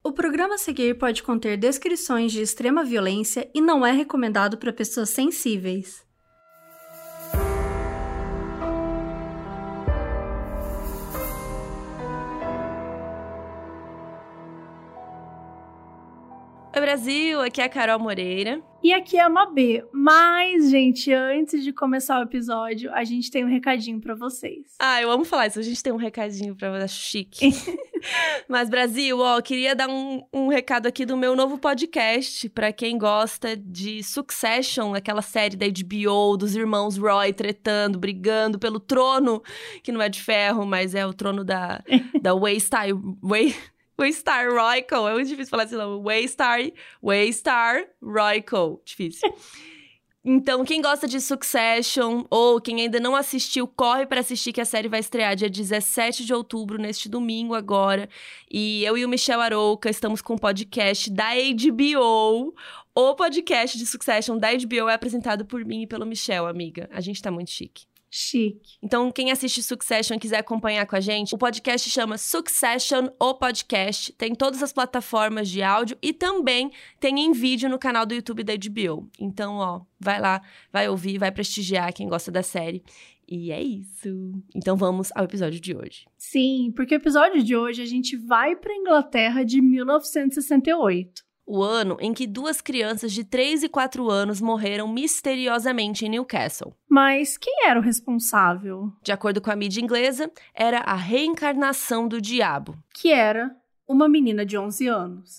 O programa a seguir pode conter descrições de extrema violência e não é recomendado para pessoas sensíveis. Oi, Brasil! Aqui é a Carol Moreira. E aqui é a Mabê. Mas, gente, antes de começar o episódio, a gente tem um recadinho pra vocês. Eu amo falar isso. A gente tem um recadinho pra você, chique. Mas, Brasil, queria dar um recado aqui do meu novo podcast pra quem gosta de Succession, aquela série da HBO, dos irmãos Roy tretando, brigando pelo trono, que não é de ferro, mas é o trono da Waystar Royco. É muito difícil falar assim, não. Waystar Royco. Difícil. Então, quem gosta de Succession ou quem ainda não assistiu, corre pra assistir, que a série vai estrear dia 17 de outubro, neste domingo agora. E eu e o Michel Arouca estamos com um podcast da HBO. O podcast de Succession da HBO é apresentado por mim e pelo Michel, amiga. A gente tá muito chique. Chique. Então, quem assiste Succession e quiser acompanhar com a gente, o podcast chama Succession, o podcast. Tem todas as plataformas de áudio e também tem em vídeo no canal do YouTube da HBO. Então, vai lá, vai ouvir, vai prestigiar quem gosta da série. E é isso. Então, vamos ao episódio de hoje. Sim, porque o episódio de hoje a gente vai pra Inglaterra de 1968. O ano em que 2 crianças de 3 e 4 anos morreram misteriosamente em Newcastle. Mas quem era o responsável? De acordo com a mídia inglesa, era a reencarnação do diabo. Que era uma menina de 11 anos.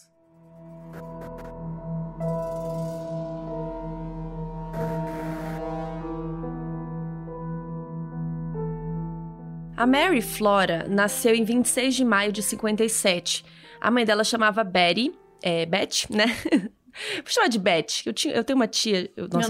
A Mary Flora nasceu em 26 de maio de 57. A mãe dela chamava Betty. Beth, né? Vou chamar de Beth. Eu tenho uma tia.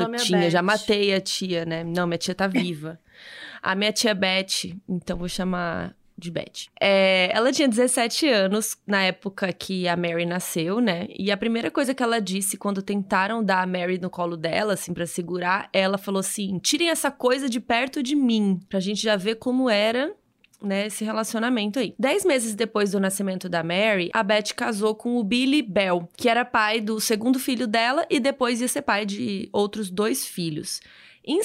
Já matei a tia, né? Não, minha tia tá viva. A minha tia Beth, então vou chamar de Beth. Ela tinha 17 anos na época que a Mary nasceu, né? E a primeira coisa que ela disse quando tentaram dar a Mary no colo dela, assim, pra segurar, ela falou assim: tirem essa coisa de perto de mim, pra gente já ver como era, né, esse relacionamento aí. 10 meses depois do nascimento da Mary, a Beth casou com o Billy Bell, que era pai do segundo filho dela e depois ia ser pai de outros 2 filhos. Em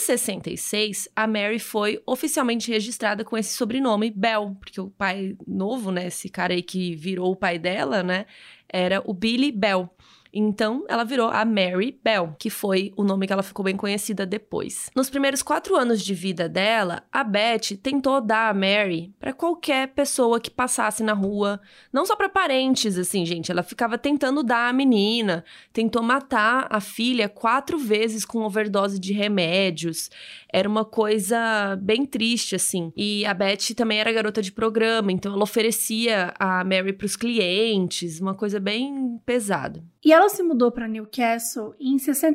66, a Mary foi oficialmente registrada com esse sobrenome Bell, porque o pai novo, né, esse cara aí que virou o pai dela, né, era o Billy Bell. Então, ela virou a Mary Bell, que foi o nome que ela ficou bem conhecida depois. Nos primeiros 4 anos de vida dela, a Beth tentou dar a Mary para qualquer pessoa que passasse na rua, não só para parentes, assim, gente. Ela ficava tentando dar a menina, tentou matar a filha 4 vezes com overdose de remédios. Era uma coisa bem triste, assim. E a Beth também era garota de programa, então ela oferecia a Mary pros clientes, uma coisa bem pesada. E ela se mudou para Newcastle em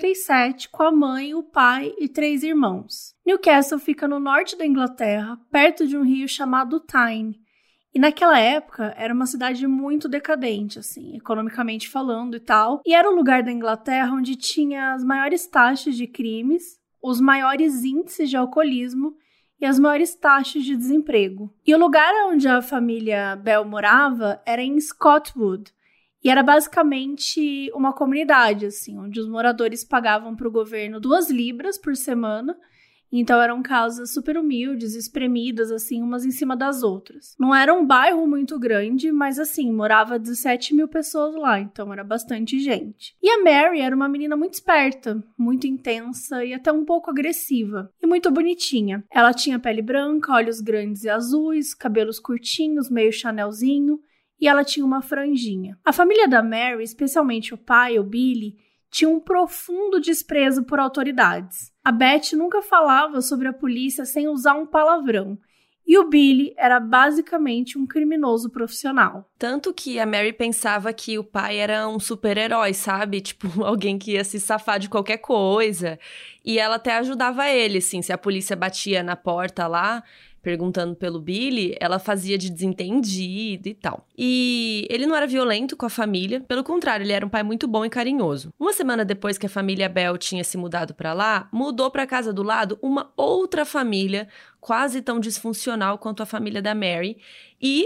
67 com a mãe, o pai e 3 irmãos. Newcastle fica no norte da Inglaterra, perto de um rio chamado Tyne. E naquela época era uma cidade muito decadente, assim, economicamente falando e tal. E era o lugar da Inglaterra onde tinha as maiores taxas de crimes, os maiores índices de alcoolismo e as maiores taxas de desemprego. E o lugar onde a família Bell morava era em Scottwood. E era basicamente uma comunidade, assim, onde os moradores pagavam para o governo 2 libras por semana. Então eram casas super humildes, espremidas, assim, umas em cima das outras. Não era um bairro muito grande, mas assim, morava 17 mil pessoas lá, então era bastante gente. E a Mary era uma menina muito esperta, muito intensa e até um pouco agressiva. E muito bonitinha. Ela tinha pele branca, olhos grandes e azuis, cabelos curtinhos, meio chanelzinho, e ela tinha uma franjinha. A família da Mary, especialmente o pai, o Billy, tinha um profundo desprezo por autoridades. A Beth nunca falava sobre a polícia sem usar um palavrão. E o Billy era basicamente um criminoso profissional. Tanto que a Mary pensava que o pai era um super-herói, sabe? Tipo, alguém que ia se safar de qualquer coisa. E ela até ajudava ele, assim, se a polícia batia na porta lá, perguntando pelo Billy, ela fazia de desentendido e tal. E ele não era violento com a família, pelo contrário, ele era um pai muito bom e carinhoso. Uma semana depois que a família Bell tinha se mudado pra lá, mudou pra casa do lado uma outra família quase tão disfuncional quanto a família da Mary. E,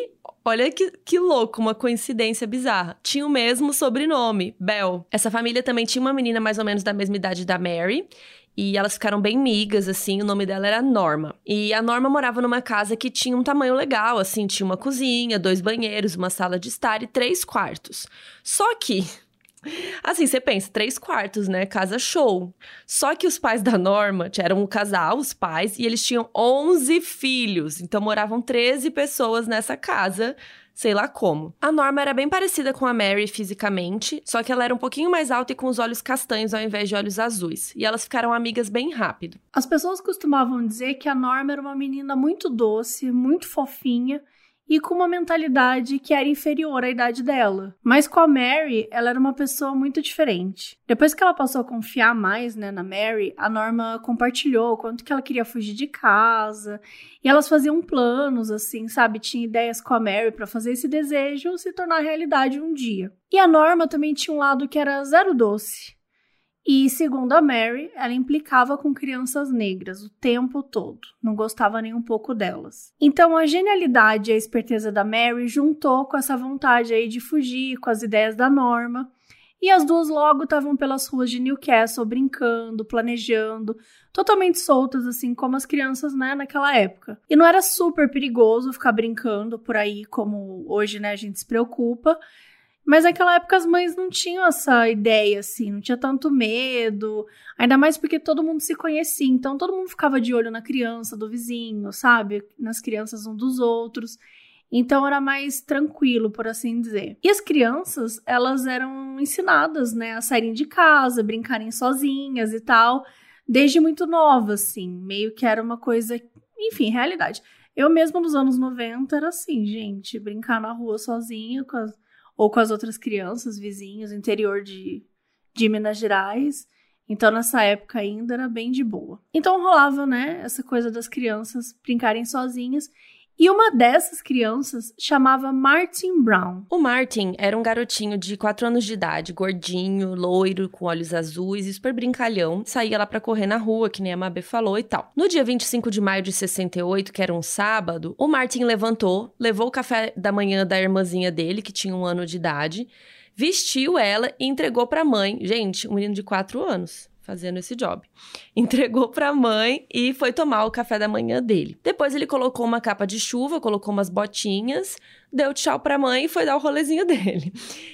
Olha que louco, uma coincidência bizarra. Tinha o mesmo sobrenome, Bell. Essa família também tinha uma menina mais ou menos da mesma idade da Mary. E elas ficaram bem migas, assim, o nome dela era Norma. E a Norma morava numa casa que tinha um tamanho legal, assim, tinha uma cozinha, 2 banheiros, uma sala de estar e 3 quartos. Só que, assim, você pensa, 3 quartos, né, casa show. Só que os pais da Norma eram um casal, os pais, e eles tinham 11 filhos. Então moravam 13 pessoas nessa casa, sei lá como. A Norma era bem parecida com a Mary fisicamente, só que ela era um pouquinho mais alta e com os olhos castanhos ao invés de olhos azuis. E elas ficaram amigas bem rápido. As pessoas costumavam dizer que a Norma era uma menina muito doce, muito fofinha e com uma mentalidade que era inferior à idade dela. Mas com a Mary, ela era uma pessoa muito diferente. Depois que ela passou a confiar mais, né, na Mary, a Norma compartilhou o quanto que ela queria fugir de casa. E elas faziam planos, assim, sabe? Tinha ideias com a Mary para fazer esse desejo se tornar realidade um dia. E a Norma também tinha um lado que era zero doce. E, segundo a Mary, ela implicava com crianças negras o tempo todo. Não gostava nem um pouco delas. Então, a genialidade e a esperteza da Mary juntou com essa vontade aí de fugir com as ideias da Norma. E as duas logo estavam pelas ruas de Newcastle brincando, planejando, totalmente soltas, assim como as crianças, né, naquela época. E não era super perigoso ficar brincando por aí, como hoje, né, a gente se preocupa. Mas naquela época as mães não tinham essa ideia, assim, não tinha tanto medo, ainda mais porque todo mundo se conhecia, então todo mundo ficava de olho na criança do vizinho, sabe? Nas crianças um dos outros, então era mais tranquilo, por assim dizer. E as crianças, elas eram ensinadas, né, a saírem de casa, brincarem sozinhas e tal, desde muito novas, assim, meio que era uma coisa, enfim, realidade. Eu mesma nos anos 90 era assim, gente, brincar na rua sozinha ou com as outras crianças, vizinhos, interior de Minas Gerais. Então, nessa época ainda era bem de boa. Então, rolava, né, essa coisa das crianças brincarem sozinhas. E uma dessas crianças chamava Martin Brown. O Martin era um garotinho de 4 anos de idade, gordinho, loiro, com olhos azuis e super brincalhão. Saía lá pra correr na rua, que nem a Mabê falou e tal. No dia 25 de maio de 68, que era um sábado, o Martin levantou, levou o café da manhã da irmãzinha dele, que tinha 1 ano de idade, vestiu ela e entregou pra mãe. Gente, um menino de 4 anos. Fazendo esse job. Entregou pra mãe e foi tomar o café da manhã dele. Depois ele colocou uma capa de chuva, colocou umas botinhas, deu tchau pra mãe e foi dar o rolezinho dele.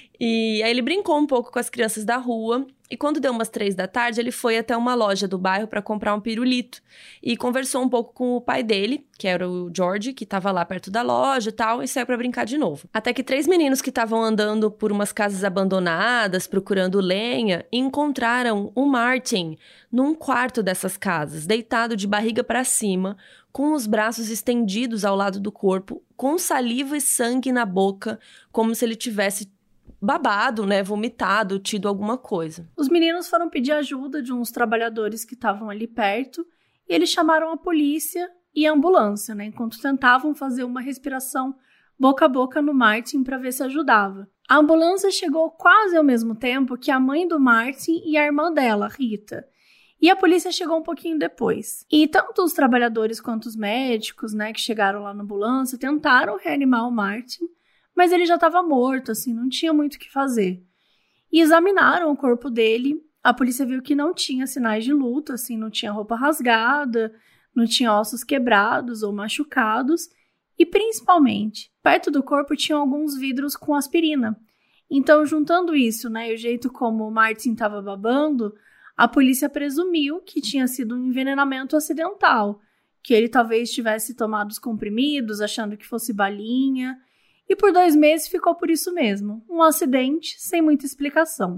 E aí ele brincou um pouco com as crianças da rua e quando deu umas 3 da tarde, ele foi até uma loja do bairro para comprar um pirulito e conversou um pouco com o pai dele, que era o George, que estava lá perto da loja e tal, e saiu para brincar de novo. Até que 3 meninos que estavam andando por umas casas abandonadas, procurando lenha, encontraram o Martin num quarto dessas casas, deitado de barriga para cima, com os braços estendidos ao lado do corpo, com saliva e sangue na boca, como se ele tivesse babado, né, vomitado, tido alguma coisa. Os meninos foram pedir ajuda de uns trabalhadores que estavam ali perto e eles chamaram a polícia e a ambulância, né, enquanto tentavam fazer uma respiração boca a boca no Martin para ver se ajudava. A ambulância chegou quase ao mesmo tempo que a mãe do Martin e a irmã dela, Rita. E a polícia chegou um pouquinho depois. E tanto os trabalhadores quanto os médicos, né, que chegaram lá na ambulância, tentaram reanimar o Martin, mas ele já estava morto, assim, não tinha muito o que fazer. E examinaram o corpo dele, a polícia viu que não tinha sinais de luto, assim, não tinha roupa rasgada, não tinha ossos quebrados ou machucados, e principalmente, perto do corpo tinham alguns vidros com aspirina. Então, juntando isso, né, e o jeito como o Martin estava babando, a polícia presumiu que tinha sido um envenenamento acidental, que ele talvez tivesse tomado os comprimidos, achando que fosse balinha. E por 2 meses ficou por isso mesmo, um acidente sem muita explicação.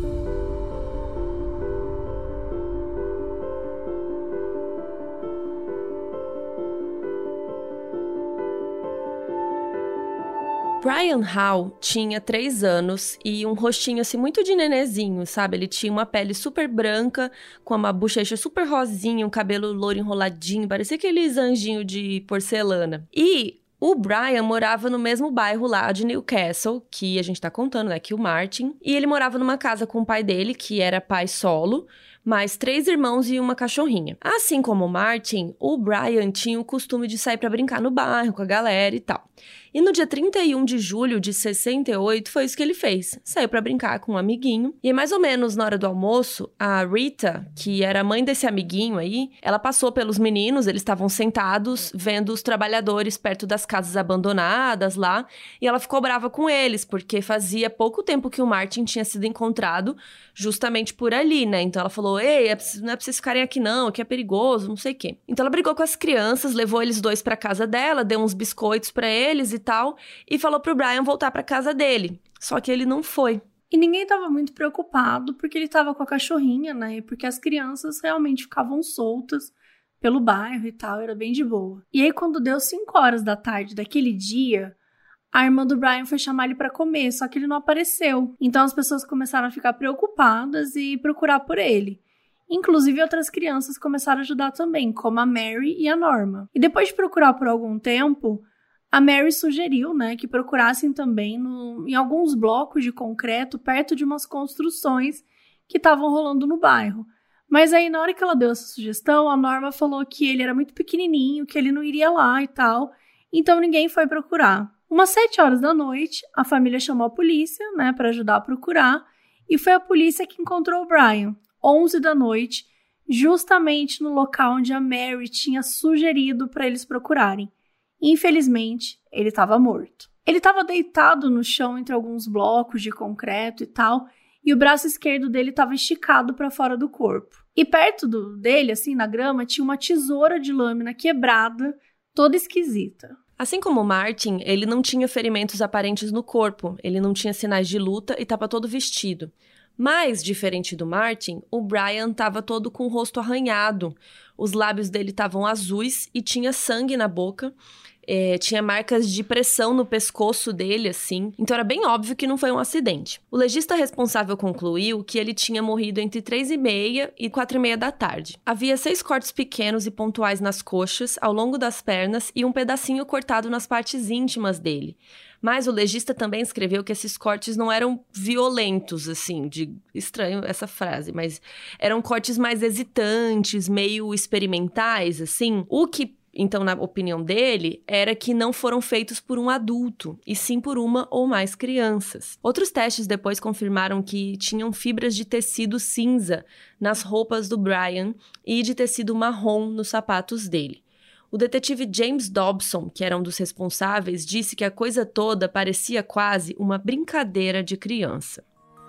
Brian Hall tinha 3 anos e um rostinho assim muito de nenezinho, sabe? Ele tinha uma pele super branca, com uma bochecha super rosinha, um cabelo loiro enroladinho, parecia aqueles anjinhos de porcelana. E o Brian morava no mesmo bairro lá de Newcastle, que a gente tá contando, né, que o Martin. E ele morava numa casa com o pai dele, que era pai solo, mais 3 irmãos e uma cachorrinha. Assim como o Martin, o Brian tinha o costume de sair pra brincar no bairro com a galera e tal. E no dia 31 de julho de 68, foi isso que ele fez. Saiu pra brincar com um amiguinho. E mais ou menos na hora do almoço, a Rita, que era a mãe desse amiguinho aí, ela passou pelos meninos, eles estavam sentados, vendo os trabalhadores perto das casas abandonadas lá. E ela ficou brava com eles, porque fazia pouco tempo que o Martin tinha sido encontrado justamente por ali, né? Então ela falou, ei, não é pra vocês ficarem aqui não, aqui é perigoso, não sei o quê. Então ela brigou com as crianças, levou eles 2 pra casa dela, deu uns biscoitos pra eles e tal, e falou pro Brian voltar pra casa dele. Só que ele não foi. E ninguém tava muito preocupado, porque ele tava com a cachorrinha, né? E porque as crianças realmente ficavam soltas pelo bairro e tal, era bem de boa. E aí, quando deu 5 horas da tarde daquele dia, a irmã do Brian foi chamar ele pra comer, só que ele não apareceu. Então as pessoas começaram a ficar preocupadas e procurar por ele. Inclusive, outras crianças começaram a ajudar também, como a Mary e a Norma. E depois de procurar por algum tempo, a Mary sugeriu, né, que procurassem também em alguns blocos de concreto perto de umas construções que estavam rolando no bairro. Mas aí, na hora que ela deu essa sugestão, a Norma falou que ele era muito pequenininho, que ele não iria lá e tal, então ninguém foi procurar. Umas 7 horas da noite, a família chamou a polícia, né, para ajudar a procurar, e foi a polícia que encontrou o Brian, 11 da noite, justamente no local onde a Mary tinha sugerido para eles procurarem. Infelizmente, ele estava morto. Ele estava deitado no chão entre alguns blocos de concreto e tal, e o braço esquerdo dele estava esticado para fora do corpo. E perto dele, assim, na grama, tinha uma tesoura de lâmina quebrada, toda esquisita. Assim como o Martin, ele não tinha ferimentos aparentes no corpo, ele não tinha sinais de luta e estava todo vestido. Mas, diferente do Martin, o Brian estava todo com o rosto arranhado, os lábios dele estavam azuis e tinha sangue na boca. Tinha marcas de pressão no pescoço dele, assim. Então era bem óbvio que não foi um acidente. O legista responsável concluiu que ele tinha morrido entre 3h30 e 4h30 da tarde. Havia 6 cortes pequenos e pontuais nas coxas, ao longo das pernas e um pedacinho cortado nas partes íntimas dele. Mas o legista também escreveu que esses cortes não eram violentos, assim, estranho essa frase, mas eram cortes mais hesitantes, meio experimentais, assim. O que, então, na opinião dele, era que não foram feitos por um adulto, e sim por uma ou mais crianças. Outros testes depois confirmaram que tinham fibras de tecido cinza nas roupas do Brian e de tecido marrom nos sapatos dele. O detetive James Dobson, que era um dos responsáveis, disse que a coisa toda parecia quase uma brincadeira de criança.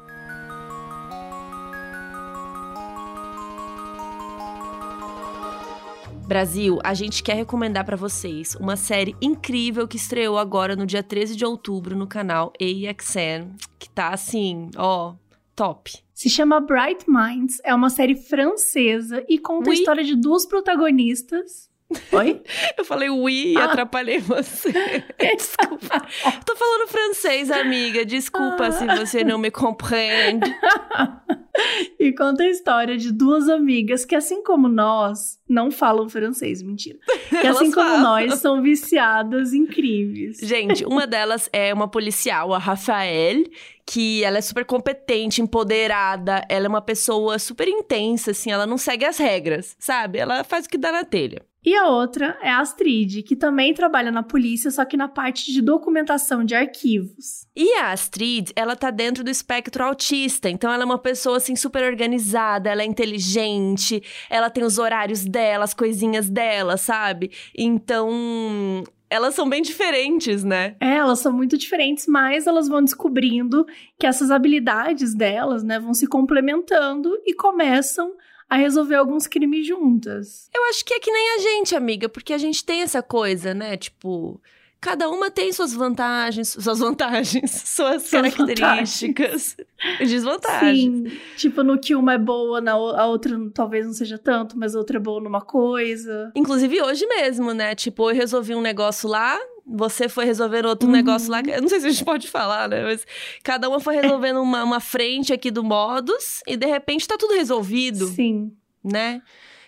Brasil, a gente quer recomendar pra vocês uma série incrível que estreou agora no dia 13 de outubro no canal AXN, que tá assim, ó, top. Se chama Bright Minds, é uma série francesa e conta a história de 2 protagonistas. Oi? Eu falei e atrapalhei você. Desculpa. Tô falando francês, amiga. Desculpa se você não me compreende. E conta a história de 2 amigas que, assim como nós, não falam francês, mentira. Que assim como nós, são viciadas incríveis. Gente, uma delas é uma policial, a Rafael, que ela é super competente, empoderada, ela é uma pessoa super intensa, assim, ela não segue as regras, sabe? Ela faz o que dá na telha. E a outra é a Astrid, que também trabalha na polícia, só que na parte de documentação de arquivos. E a Astrid, ela tá dentro do espectro autista, então ela é uma pessoa, assim, super organizada, ela é inteligente, ela tem os horários dela, as coisinhas dela, sabe? Então, elas são bem diferentes, né? Elas são muito diferentes, mas elas vão descobrindo que essas habilidades delas, né, vão se complementando e começam a resolver alguns crimes juntas. Eu acho que é que nem a gente, amiga, porque a gente tem essa coisa, né? Tipo, cada uma tem suas vantagens, suas características e desvantagens. Sim, tipo, no que uma é boa, a outra talvez não seja tanto, mas a outra é boa numa coisa. Inclusive hoje mesmo, né? Tipo, eu resolvi um negócio lá, você foi resolver outro negócio lá, eu não sei se a gente pode falar, né? Mas cada uma foi resolvendo uma frente aqui do Modus e de repente tá tudo resolvido. Sim. Né?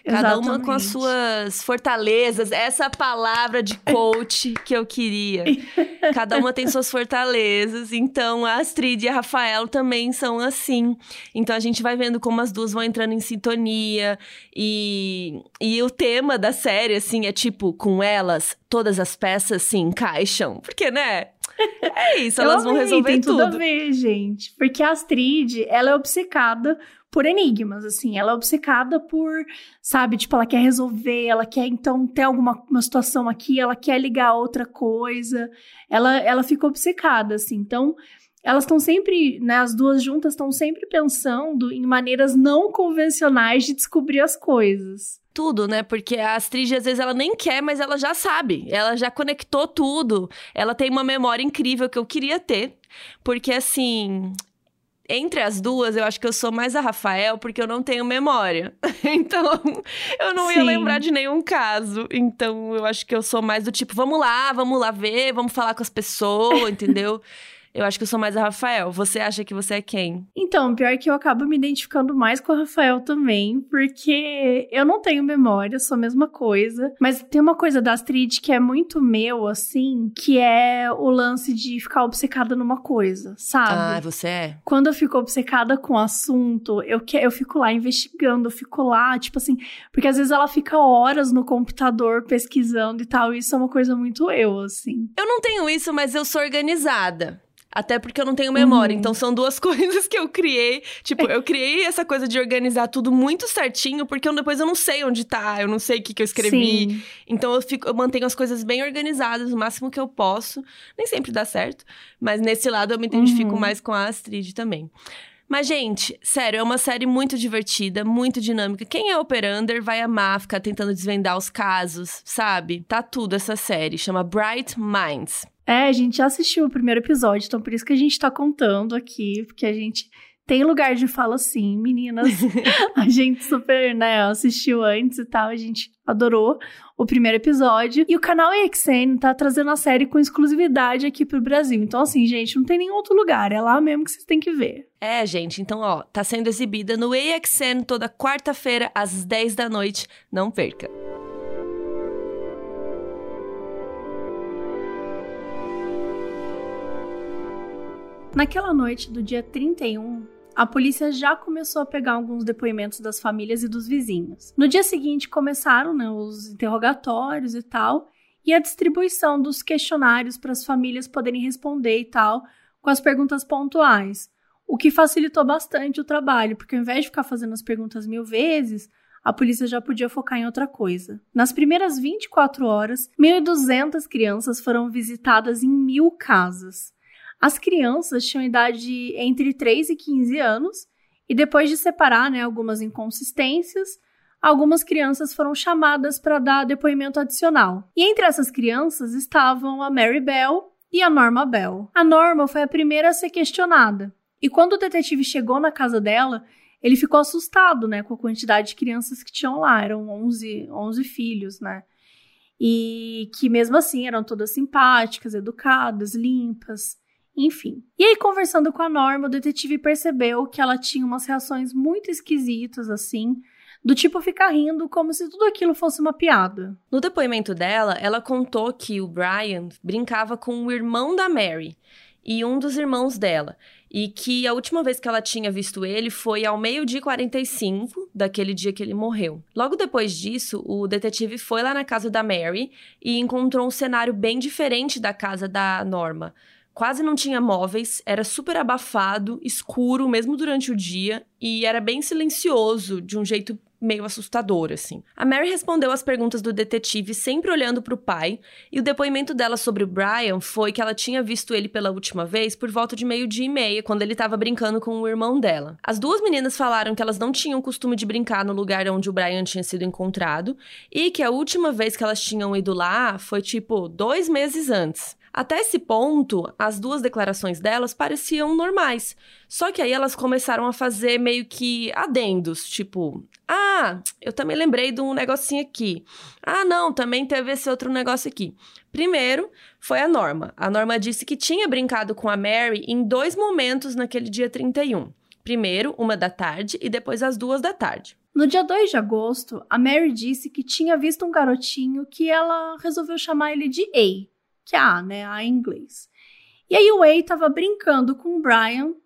Cada uma com as suas fortalezas. Essa palavra de coach que eu queria. Cada uma tem suas fortalezas. Então, a Astrid e a Rafael também são assim. Então, a gente vai vendo como as duas vão entrando em sintonia. E o tema da série, assim, é tipo, com elas, todas as peças se encaixam. Porque, né? É isso, elas vão resolver tem tudo. Tem tudo a ver, gente. Porque a Astrid, ela é obcecada por enigmas, assim. Ela é obcecada por, sabe, tipo, ela quer resolver, ela quer, então, ter uma situação aqui, ela quer ligar a outra coisa. Ela fica obcecada, assim. Então, elas estão sempre, né, as duas juntas estão sempre pensando em maneiras não convencionais de descobrir as coisas. Tudo, né? Porque a Astrid, às vezes, ela nem quer, mas ela já sabe. Ela já conectou tudo. Ela tem uma memória incrível que eu queria ter. Porque, assim, entre as duas, eu acho que eu sou mais a Rafael, porque eu não tenho memória. Então, eu não ia lembrar de nenhum caso. Então, eu acho que eu sou mais do tipo, vamos lá ver, vamos falar com as pessoas, entendeu? Eu acho que eu sou mais a Rafael. Você acha que você é quem? Então, pior que eu acabo me identificando mais com a Rafael também, porque eu não tenho memória, sou a mesma coisa. Mas tem uma coisa da Astrid que é muito meu, assim, que é o lance de ficar obcecada numa coisa, sabe? Ah, você é? Quando eu fico obcecada com o assunto, eu fico lá investigando, eu fico lá, tipo assim... Porque às vezes ela fica horas no computador pesquisando e tal, e isso é uma coisa muito eu, assim. Eu não tenho isso, mas eu sou organizada. Até porque eu não tenho memória, então são duas coisas que eu criei. Tipo, eu criei essa coisa de organizar tudo muito certinho, porque depois eu não sei onde tá, eu não sei o que eu escrevi. Sim. Então eu mantenho as coisas bem organizadas, o máximo que eu posso. Nem sempre dá certo, mas nesse lado eu me identifico mais com a Astrid também. Mas, gente, sério, é uma série muito divertida, muito dinâmica. Quem é operander vai amar ficar tentando desvendar os casos, sabe? Tá tudo essa série, chama Bright Minds. É, a gente já assistiu o primeiro episódio, então por isso que a gente tá contando aqui, porque a gente tem lugar de fala assim, meninas. A gente super, né, assistiu antes e tal, a gente adorou o primeiro episódio. E o canal AXN tá trazendo a série com exclusividade aqui pro Brasil. Então, assim, gente, não tem nenhum outro lugar, é lá mesmo que vocês têm que ver. É, gente, então, ó, tá sendo exibida no AXN toda quarta-feira, às 10 da noite. Não perca! Naquela noite do dia 31, a polícia já começou a pegar alguns depoimentos das famílias e dos vizinhos. No dia seguinte começaram, né, os interrogatórios e tal, e a distribuição dos questionários para as famílias poderem responder e tal, com as perguntas pontuais, o que facilitou bastante o trabalho, porque ao invés de ficar fazendo as perguntas 1000 vezes, a polícia já podia focar em outra coisa. Nas primeiras 24 horas, 1.200 crianças foram visitadas em 1000 casas. As crianças tinham idade entre 3 e 15 anos, e depois de separar, né, algumas inconsistências, algumas crianças foram chamadas para dar depoimento adicional. E entre essas crianças estavam a Mary Bell e a Norma Bell. A Norma foi a primeira a ser questionada, e quando o detetive chegou na casa dela, ele ficou assustado, né, com a quantidade de crianças que tinham lá, eram 11 filhos, né, e que mesmo assim eram todas simpáticas, educadas, limpas, enfim. E aí, conversando com a Norma, o detetive percebeu que ela tinha umas reações muito esquisitas, assim, do tipo ficar rindo como se tudo aquilo fosse uma piada. No depoimento dela, ela contou que o Brian brincava com o irmão da Mary e um dos irmãos dela, e que a última vez que ela tinha visto ele foi ao 12h45 daquele dia que ele morreu. Logo depois disso, o detetive foi lá na casa da Mary e encontrou um cenário bem diferente da casa da Norma. Quase não tinha móveis, era super abafado, escuro, mesmo durante o dia, e era bem silencioso, de um jeito meio assustador, assim. A Mary respondeu às perguntas do detetive, sempre olhando pro pai, e o depoimento dela sobre o Brian foi que ela tinha visto ele pela última vez por volta de 12h30, quando ele estava brincando com o irmão dela. As duas meninas falaram que elas não tinham costume de brincar no lugar onde o Brian tinha sido encontrado, e que a última vez que elas tinham ido lá foi, 2 meses antes. Até esse ponto, as duas declarações delas pareciam normais. Só que aí elas começaram a fazer meio que adendos, eu também lembrei de um negocinho aqui. Não, também teve esse outro negócio aqui. Primeiro, foi a Norma. A Norma disse que tinha brincado com a Mary em 2 momentos naquele dia 31. Primeiro, 1 da tarde e depois às 2 da tarde. No dia 2 de agosto, a Mary disse que tinha visto um garotinho que ela resolveu chamar ele de A, que é A, né? A em inglês. E aí o A estava brincando com o Brian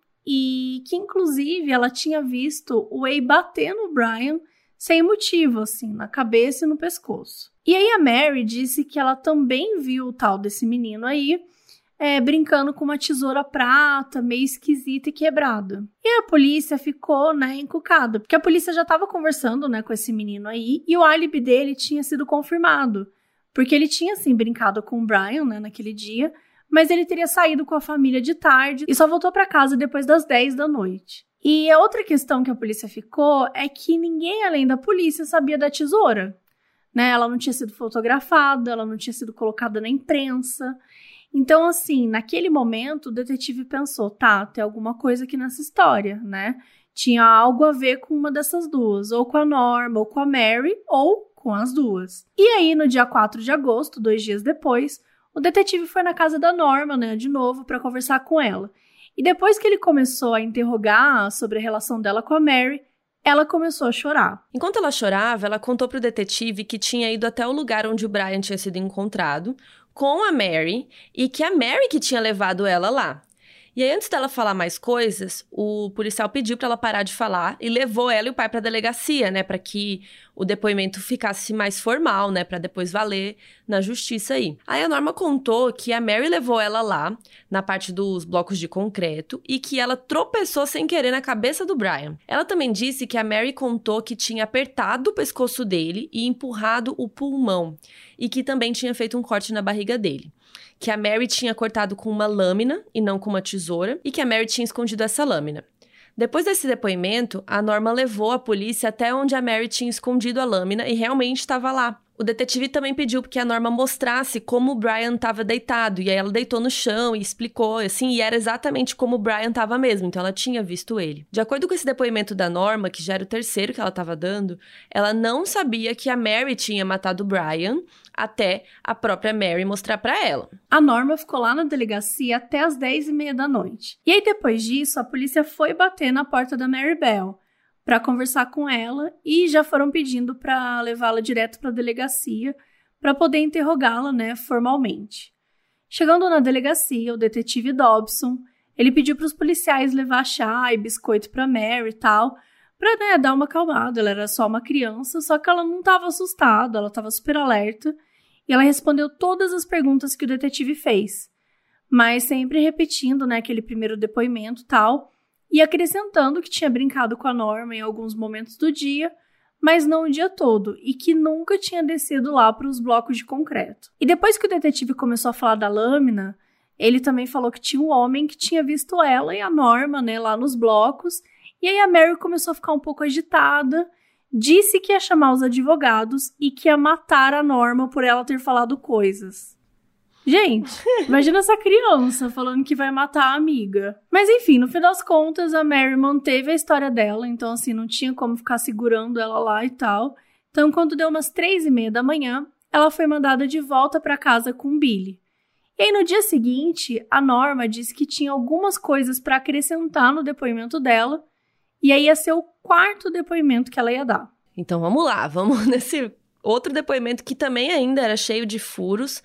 e que, inclusive, ela tinha visto o A bater no Brian sem motivo, assim, na cabeça e no pescoço. E aí a Mary disse que ela também viu o tal desse menino aí, brincando com uma tesoura prata, meio esquisita e quebrada. E a polícia ficou, encucada, porque a polícia já estava conversando, com esse menino aí, e o álibi dele tinha sido confirmado, porque ele tinha, assim, brincado com o Brian, naquele dia, mas ele teria saído com a família de tarde e só voltou para casa depois das 10 da noite. E a outra questão que a polícia ficou é que ninguém além da polícia sabia da tesoura, Ela não tinha sido fotografada, ela não tinha sido colocada na imprensa. Então, assim, naquele momento, o detetive pensou, tem alguma coisa aqui nessa história, Tinha algo a ver com uma dessas duas, ou com a Norma, ou com a Mary, ou com as duas. E aí, no dia 4 de agosto, 2 dias depois, o detetive foi na casa da Norma, de novo, para conversar com ela. E depois que ele começou a interrogar sobre a relação dela com a Mary, ela começou a chorar. Enquanto ela chorava, ela contou pro detetive que tinha ido até o lugar onde o Brian tinha sido encontrado, com a Mary, e que a Mary que tinha levado ela lá. E aí, antes dela falar mais coisas, o policial pediu pra ela parar de falar e levou ela e o pai pra delegacia, pra que o depoimento ficasse mais formal, pra depois valer na justiça aí. Aí a Norma contou que a Mary levou ela lá, na parte dos blocos de concreto, e que ela tropeçou sem querer na cabeça do Brian. Ela também disse que a Mary contou que tinha apertado o pescoço dele e empurrado o pulmão, e que também tinha feito um corte na barriga dele. Que a Mary tinha cortado com uma lâmina e não com uma tesoura, e que a Mary tinha escondido essa lâmina. Depois desse depoimento, a Norma levou a polícia até onde a Mary tinha escondido a lâmina e realmente estava lá. O detetive também pediu que a Norma mostrasse como o Brian estava deitado, e aí ela deitou no chão e explicou, assim, e era exatamente como o Brian estava mesmo, então ela tinha visto ele. De acordo com esse depoimento da Norma, que já era o terceiro que ela estava dando, ela não sabia que a Mary tinha matado o Brian, até a própria Mary mostrar pra ela. A Norma ficou lá na delegacia até as 10h30 da noite. E aí, depois disso, a polícia foi bater na porta da Mary Bell para conversar com ela e já foram pedindo para levá-la direto para a delegacia para poder interrogá-la, formalmente. Chegando na delegacia, o detetive Dobson, ele pediu para os policiais levar chá e biscoito para Mary e tal, para dar uma acalmada. Ela era só uma criança, só que ela não estava assustada, ela estava super alerta. E ela respondeu todas as perguntas que o detetive fez, mas sempre repetindo, aquele primeiro depoimento e tal, e acrescentando que tinha brincado com a Norma em alguns momentos do dia, mas não o dia todo, e que nunca tinha descido lá para os blocos de concreto. E depois que o detetive começou a falar da lâmina, ele também falou que tinha um homem que tinha visto ela e a Norma, lá nos blocos, e aí a Mary começou a ficar um pouco agitada, disse que ia chamar os advogados e que ia matar a Norma por ela ter falado coisas. Gente, imagina essa criança falando que vai matar a amiga. Mas enfim, no fim das contas, a Mary manteve a história dela, então assim, não tinha como ficar segurando ela lá e tal. Então, quando deu umas 3h30 da manhã, ela foi mandada de volta para casa com o Billy. E aí, no dia seguinte, a Norma disse que tinha algumas coisas para acrescentar no depoimento dela, e aí ia ser o 4º depoimento que ela ia dar. Então vamos lá, vamos nesse outro depoimento que também ainda era cheio de furos,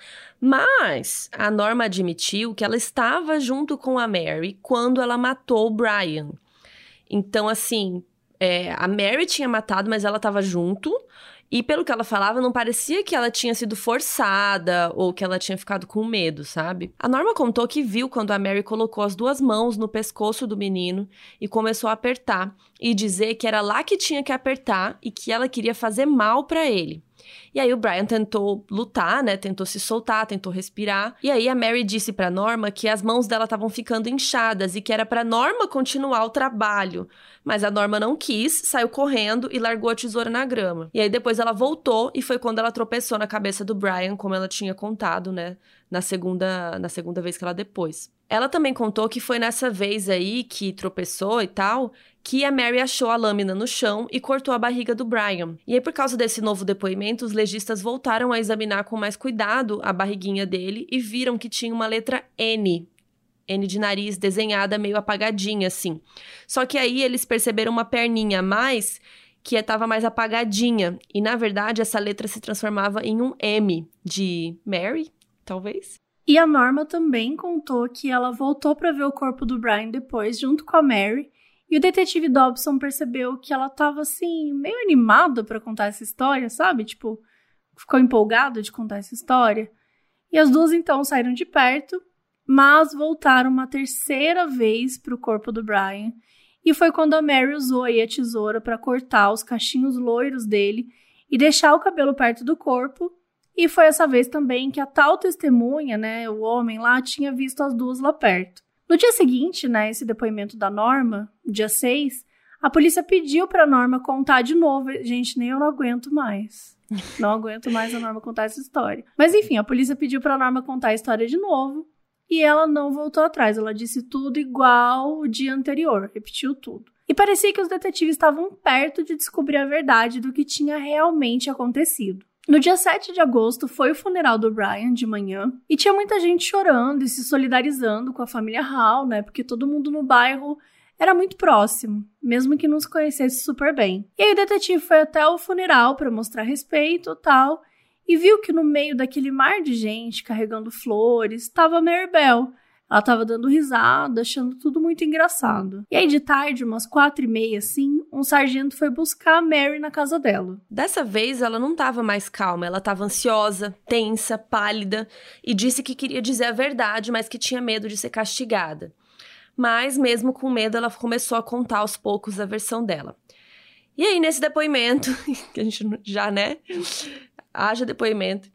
mas a Norma admitiu que ela estava junto com a Mary quando ela matou o Brian. Então, assim, a Mary tinha matado, mas ela estava junto. E pelo que ela falava, não parecia que ela tinha sido forçada ou que ela tinha ficado com medo, sabe? A Norma contou que viu quando a Mary colocou as 2 mãos no pescoço do menino e começou a apertar. E dizer que era lá que tinha que apertar e que ela queria fazer mal pra ele. E aí o Brian tentou lutar, tentou se soltar, tentou respirar. E aí a Mary disse pra Norma que as mãos dela estavam ficando inchadas e que era pra Norma continuar o trabalho. Mas a Norma não quis, saiu correndo e largou a tesoura na grama. E aí depois ela voltou e foi quando ela tropeçou na cabeça do Brian, como ela tinha contado, na segunda vez que ela depôs. Ela também contou que foi nessa vez aí que tropeçou e tal, que a Mary achou a lâmina no chão e cortou a barriga do Brian. E aí, por causa desse novo depoimento, os legistas voltaram a examinar com mais cuidado a barriguinha dele e viram que tinha uma letra N de nariz desenhada meio apagadinha, assim. Só que aí eles perceberam uma perninha a mais que estava mais apagadinha. E, na verdade, essa letra se transformava em um M, de Mary, talvez. E a Norma também contou que ela voltou para ver o corpo do Brian depois, junto com a Mary, e o detetive Dobson percebeu que ela estava, assim, meio animada para contar essa história, sabe? Tipo, ficou empolgada de contar essa história. E as duas, então, saíram de perto, mas voltaram uma terceira vez para o corpo do Brian. E foi quando a Mary usou aí a tesoura para cortar os cachinhos loiros dele e deixar o cabelo perto do corpo. E foi essa vez também que a tal testemunha, né, o homem lá, tinha visto as duas lá perto. No dia seguinte, né, esse depoimento da Norma, dia 6, a polícia pediu pra Norma contar de novo. Gente, nem eu não aguento mais. Não aguento mais a Norma contar essa história. Mas enfim, a polícia pediu pra Norma contar a história de novo e ela não voltou atrás. Ela disse tudo igual o dia anterior, repetiu tudo. E parecia que os detetives estavam perto de descobrir a verdade do que tinha realmente acontecido. No dia 7 de agosto foi o funeral do Brian de manhã e tinha muita gente chorando e se solidarizando com a família Hall, né? Porque todo mundo no bairro era muito próximo, mesmo que não se conhecesse super bem. E aí o detetive foi até o funeral para mostrar respeito e tal e viu que no meio daquele mar de gente carregando flores estava a Mary Bell. Ela estava dando risada, achando tudo muito engraçado. E aí, de tarde, umas 4h30, assim, um sargento foi buscar a Mary na casa dela. Dessa vez, ela não estava mais calma. Ela estava ansiosa, tensa, pálida e disse que queria dizer a verdade, mas que tinha medo de ser castigada. Mas, mesmo com medo, ela começou a contar aos poucos a versão dela. E aí, nesse depoimento, que a gente já, né? Haja depoimento.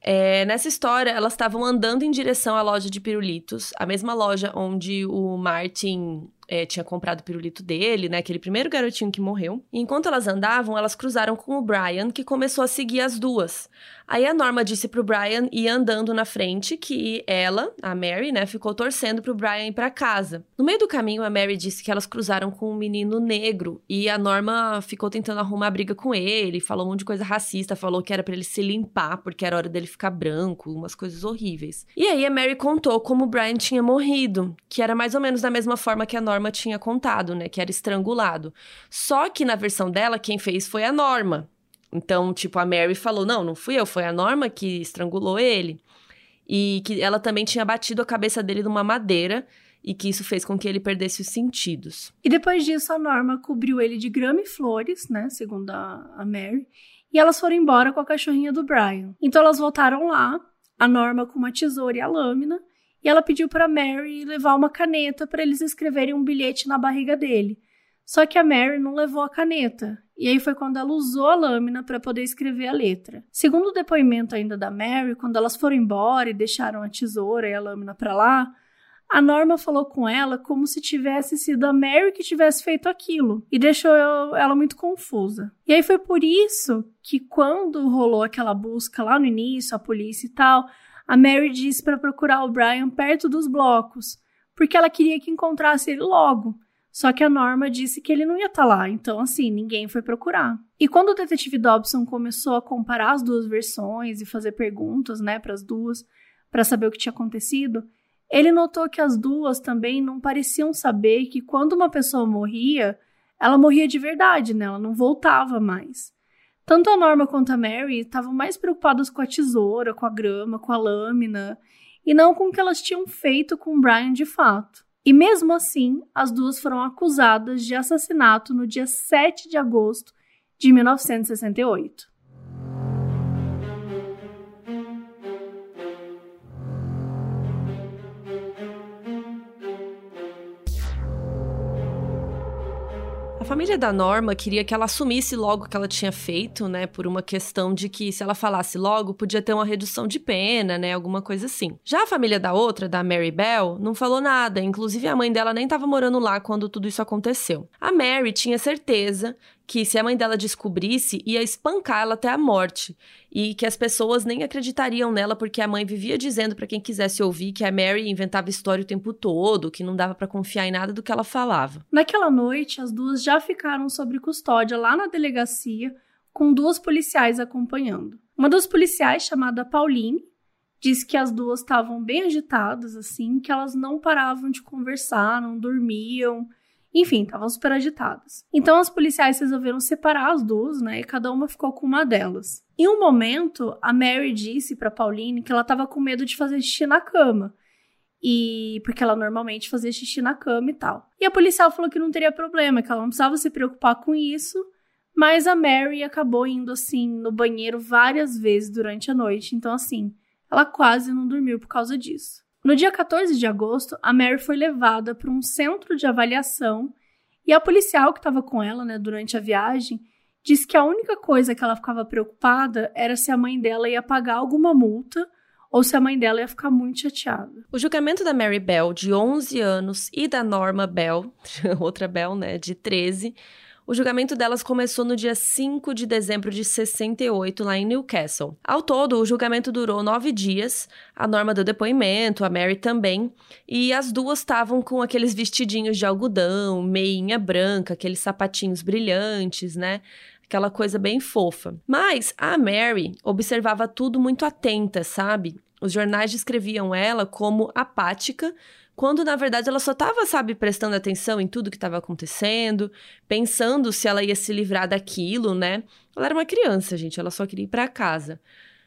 Nessa história, elas estavam andando em direção à loja de pirulitos, a mesma loja onde o Martin tinha comprado o pirulito dele, né? Aquele primeiro garotinho que morreu. E enquanto elas andavam, elas cruzaram com o Brian, que começou a seguir as duas. Aí a Norma disse pro Brian ir andando na frente, que ela, a Mary, né, ficou torcendo pro Brian ir pra casa. No meio do caminho, a Mary disse que elas cruzaram com um menino negro, e a Norma ficou tentando arrumar briga com ele, falou um monte de coisa racista, falou que era pra ele se limpar, porque era hora dele ficar branco, umas coisas horríveis. E aí a Mary contou como o Brian tinha morrido, que era mais ou menos da mesma forma que a Norma tinha contado, né, que era estrangulado. Só que na versão dela, quem fez foi a Norma. Então, tipo, a Mary falou, não fui eu, foi a Norma que estrangulou ele. E que ela também tinha batido a cabeça dele numa madeira e que isso fez com que ele perdesse os sentidos. E depois disso, a Norma cobriu ele de grama e flores, né, segundo a Mary, e elas foram embora com a cachorrinha do Brian. Então, elas voltaram lá, a Norma com uma tesoura e a lâmina, e ela pediu para Mary levar uma caneta para eles escreverem um bilhete na barriga dele. Só que a Mary não levou a caneta, e aí foi quando ela usou a lâmina para poder escrever a letra. Segundo o depoimento ainda da Mary, quando elas foram embora e deixaram a tesoura e a lâmina para lá, a Norma falou com ela como se tivesse sido a Mary que tivesse feito aquilo, e deixou ela muito confusa. E aí foi por isso que quando rolou aquela busca lá no início, a polícia e tal, a Mary disse para procurar o Brian perto dos blocos, porque ela queria que encontrasse ele logo. Só que a Norma disse que ele não ia estar lá, então, assim, ninguém foi procurar. E quando o detetive Dobson começou a comparar as duas versões e fazer perguntas, né, para as duas, para saber o que tinha acontecido, ele notou que as duas também não pareciam saber que quando uma pessoa morria, ela morria de verdade, né, ela não voltava mais. Tanto a Norma quanto a Mary estavam mais preocupadas com a tesoura, com a grama, com a lâmina, e não com o que elas tinham feito com o Brian de fato. E mesmo assim, as duas foram acusadas de assassinato no dia 7 de agosto de 1968. A família da Norma queria que ela assumisse logo o que ela tinha feito, né? Por uma questão de que, se ela falasse logo, podia ter uma redução de pena, né? Alguma coisa assim. Já a família da outra, da Mary Bell, não falou nada. Inclusive, a mãe dela nem estava morando lá quando tudo isso aconteceu. A Mary tinha certeza que, se a mãe dela descobrisse, ia espancar ela até a morte. E que as pessoas nem acreditariam nela, porque a mãe vivia dizendo para quem quisesse ouvir que a Mary inventava história o tempo todo, que não dava para confiar em nada do que ela falava. Naquela noite, as duas já ficaram sob custódia lá na delegacia, com duas policiais acompanhando. Uma das policiais, chamada Pauline, disse que as duas estavam bem agitadas, assim, que elas não paravam de conversar, não dormiam. Enfim, estavam super agitadas. Então, os policiais resolveram separar as duas, né? E cada uma ficou com uma delas. Em um momento, a Mary disse pra Pauline que ela estava com medo de fazer xixi na cama. Porque ela normalmente fazia xixi na cama e tal. E a policial falou que não teria problema, que ela não precisava se preocupar com isso. Mas a Mary acabou indo, assim, no banheiro várias vezes durante a noite. Então, assim, ela quase não dormiu por causa disso. No dia 14 de agosto, a Mary foi levada para um centro de avaliação e a policial que estava com ela, né, durante a viagem, disse que a única coisa que ela ficava preocupada era se a mãe dela ia pagar alguma multa ou se a mãe dela ia ficar muito chateada. O julgamento da Mary Bell, de 11 anos, e da Norma Bell, outra Bell, né, de 13, o julgamento delas começou no dia 5 de dezembro de 68, lá em Newcastle. Ao todo, o julgamento durou 9 dias, a Norma deu depoimento, a Mary também, e as duas estavam com aqueles vestidinhos de algodão, meinha branca, aqueles sapatinhos brilhantes, né? Aquela coisa bem fofa. Mas a Mary observava tudo muito atenta, sabe? Os jornais descreviam ela como apática, quando, na verdade, ela só estava, sabe, prestando atenção em tudo que estava acontecendo, pensando se ela ia se livrar daquilo, né? Ela era uma criança, gente, ela só queria ir para casa.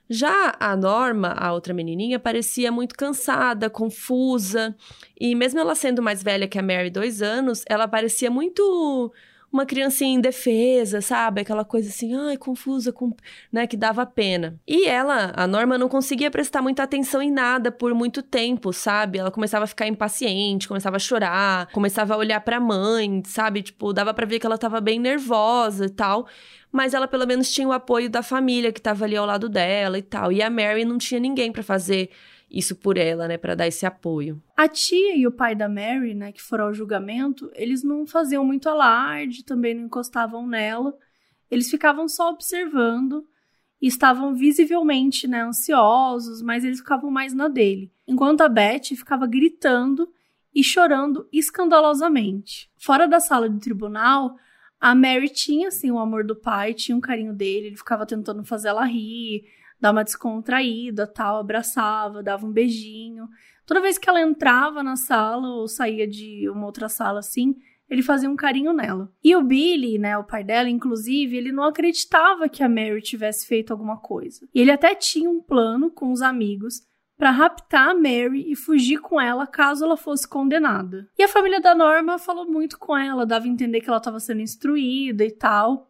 Já a Norma, a outra menininha, parecia muito cansada, confusa, e mesmo ela sendo mais velha que a Mary, 2 anos, ela parecia muito uma criancinha indefesa, sabe? Aquela coisa assim, ai, confusa, né? Que dava pena. E ela, a Norma, não conseguia prestar muita atenção em nada por muito tempo, sabe? Ela começava a ficar impaciente, começava a chorar, começava a olhar pra mãe, sabe? Tipo, dava pra ver que ela tava bem nervosa e tal. Mas ela, pelo menos, tinha o apoio da família que tava ali ao lado dela e tal. E a Mary não tinha ninguém pra fazer isso por ela, né, para dar esse apoio. A tia e o pai da Mary, né, que foram ao julgamento, eles não faziam muito alarde, também não encostavam nela, eles ficavam só observando e estavam visivelmente, né, ansiosos, mas eles ficavam mais na dele, enquanto a Beth ficava gritando e chorando escandalosamente. Fora da sala de tribunal, a Mary tinha, assim, o amor do pai, tinha um carinho dele, ele ficava tentando fazer ela rir, dar uma descontraída, tal, abraçava, dava um beijinho. Toda vez que ela entrava na sala ou saía de uma outra sala assim, ele fazia um carinho nela. E o Billy, né, o pai dela, inclusive, ele não acreditava que a Mary tivesse feito alguma coisa. E ele até tinha um plano com os amigos para raptar a Mary e fugir com ela caso ela fosse condenada. E a família da Norma falou muito com ela, dava a entender que ela estava sendo instruída e tal.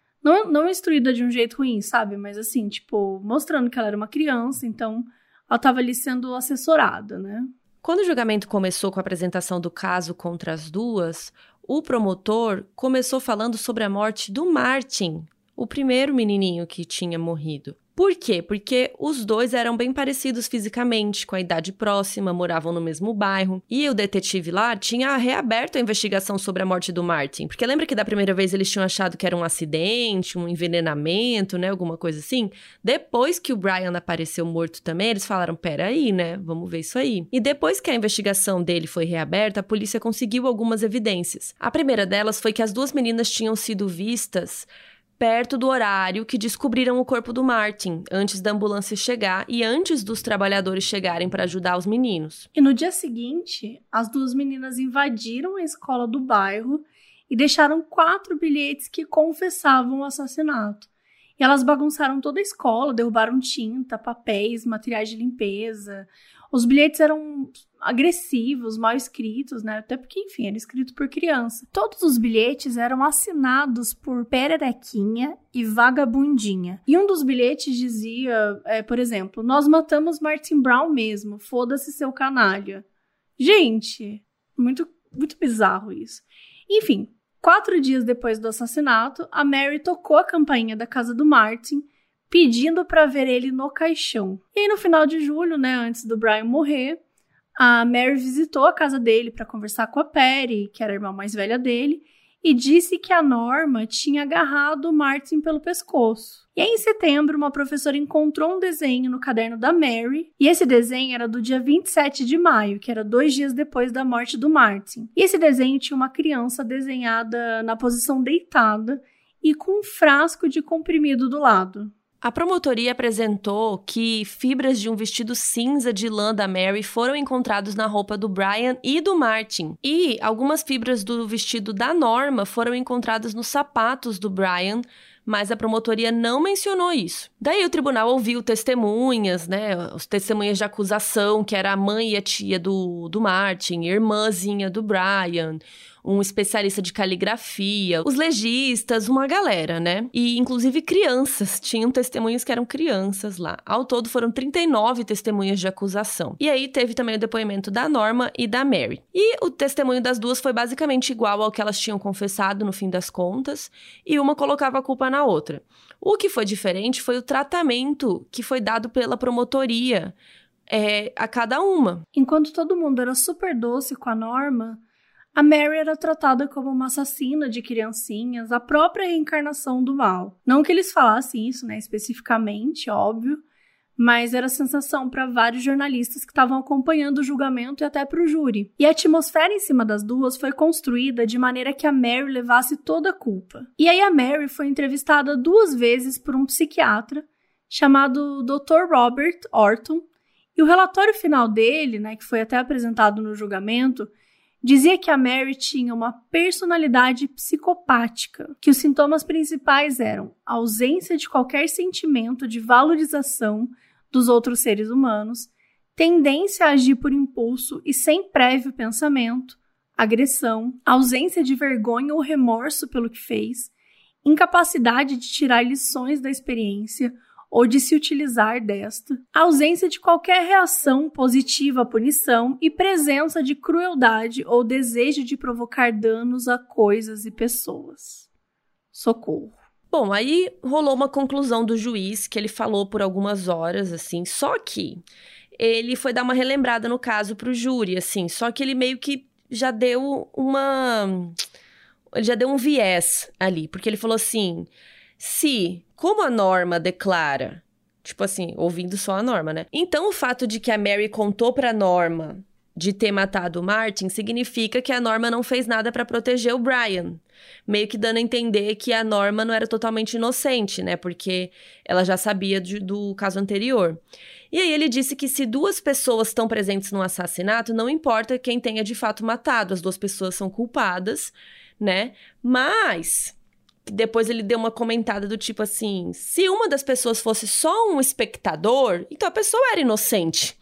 Não instruída de um jeito ruim, sabe? Mas assim, tipo, mostrando que ela era uma criança, então ela estava ali sendo assessorada, né? Quando o julgamento começou com a apresentação do caso contra as duas, o promotor começou falando sobre a morte do Martin, o primeiro menininho que tinha morrido. Por quê? Porque os dois eram bem parecidos fisicamente, com a idade próxima, moravam no mesmo bairro. E o detetive lá tinha reaberto a investigação sobre a morte do Martin. Porque lembra que da primeira vez eles tinham achado que era um acidente, um envenenamento, né? Alguma coisa assim? Depois que o Brian apareceu morto também, eles falaram, peraí, né? Vamos ver isso aí. E depois que a investigação dele foi reaberta, a polícia conseguiu algumas evidências. A primeira delas foi que as duas meninas tinham sido vistas perto do horário que descobriram o corpo do Martin, antes da ambulância chegar e antes dos trabalhadores chegarem para ajudar os meninos. E no dia seguinte, as duas meninas invadiram a escola do bairro e deixaram 4 bilhetes que confessavam o assassinato. E elas bagunçaram toda a escola, derrubaram tinta, papéis, materiais de limpeza. Os bilhetes eram agressivos, mal escritos, né? Até porque, enfim, era escrito por criança. Todos os bilhetes eram assinados por Pererequinha e Vagabundinha. E um dos bilhetes dizia, por exemplo, nós matamos Martin Brown mesmo, foda-se seu canalha. Gente, muito, muito bizarro isso. Enfim, 4 dias depois do assassinato, a Mary tocou a campainha da casa do Martin, pedindo para ver ele no caixão. E aí, no final de julho, né, antes do Brian morrer, a Mary visitou a casa dele para conversar com a Patty, que era a irmã mais velha dele, e disse que a Norma tinha agarrado o Martin pelo pescoço. E aí, em setembro, uma professora encontrou um desenho no caderno da Mary, e esse desenho era do dia 27 de maio, que era 2 dias depois da morte do Martin. E esse desenho tinha uma criança desenhada na posição deitada e com um frasco de comprimido do lado. A promotoria apresentou que fibras de um vestido cinza de lã da Mary foram encontrados na roupa do Brian e do Martin. E algumas fibras do vestido da Norma foram encontradas nos sapatos do Brian, mas a promotoria não mencionou isso. Daí o tribunal ouviu testemunhas, né? Os testemunhas de acusação, que era a mãe e a tia do Martin, irmãzinha do Brian, um especialista de caligrafia, os legistas, uma galera, né? E, inclusive, crianças. Tinham testemunhas que eram crianças lá. Ao todo, foram 39 testemunhas de acusação. E aí, teve também o depoimento da Norma e da Mary. E o testemunho das duas foi basicamente igual ao que elas tinham confessado, no fim das contas, e uma colocava a culpa na outra. O que foi diferente foi o tratamento que foi dado pela promotoria a cada uma. Enquanto todo mundo era super doce com a Norma, a Mary era tratada como uma assassina de criancinhas, a própria reencarnação do mal. Não que eles falassem isso, né, especificamente, óbvio, mas era sensação para vários jornalistas que estavam acompanhando o julgamento e até para o júri. E a atmosfera em cima das duas foi construída de maneira que a Mary levasse toda a culpa. E aí a Mary foi entrevistada 2 vezes por um psiquiatra chamado Dr. Robert Orton, e o relatório final dele, né, que foi até apresentado no julgamento, dizia que a Mary tinha uma personalidade psicopática, que os sintomas principais eram a ausência de qualquer sentimento de valorização dos outros seres humanos, tendência a agir por impulso e sem prévio pensamento, agressão, ausência de vergonha ou remorso pelo que fez, incapacidade de tirar lições da experiência ou de se utilizar desta, ausência de qualquer reação positiva à punição e presença de crueldade ou desejo de provocar danos a coisas e pessoas. Socorro. Bom, aí rolou uma conclusão do juiz, que ele falou por algumas horas, assim, só que ele foi dar uma relembrada no caso pro júri, assim, só que ele meio que já deu um viés ali, porque ele falou assim, como a Norma declara, tipo assim, ouvindo só a Norma, né? Então, o fato de que a Mary contou pra Norma de ter matado o Martin significa que a Norma não fez nada pra proteger o Brian. Meio que dando a entender que a Norma não era totalmente inocente, né? Porque ela já sabia do caso anterior. E aí ele disse que se 2 pessoas estão presentes num assassinato, não importa quem tenha de fato matado, as 2 pessoas são culpadas, né? Mas depois ele deu uma comentada do tipo assim, se uma das pessoas fosse só um espectador, então a pessoa era inocente,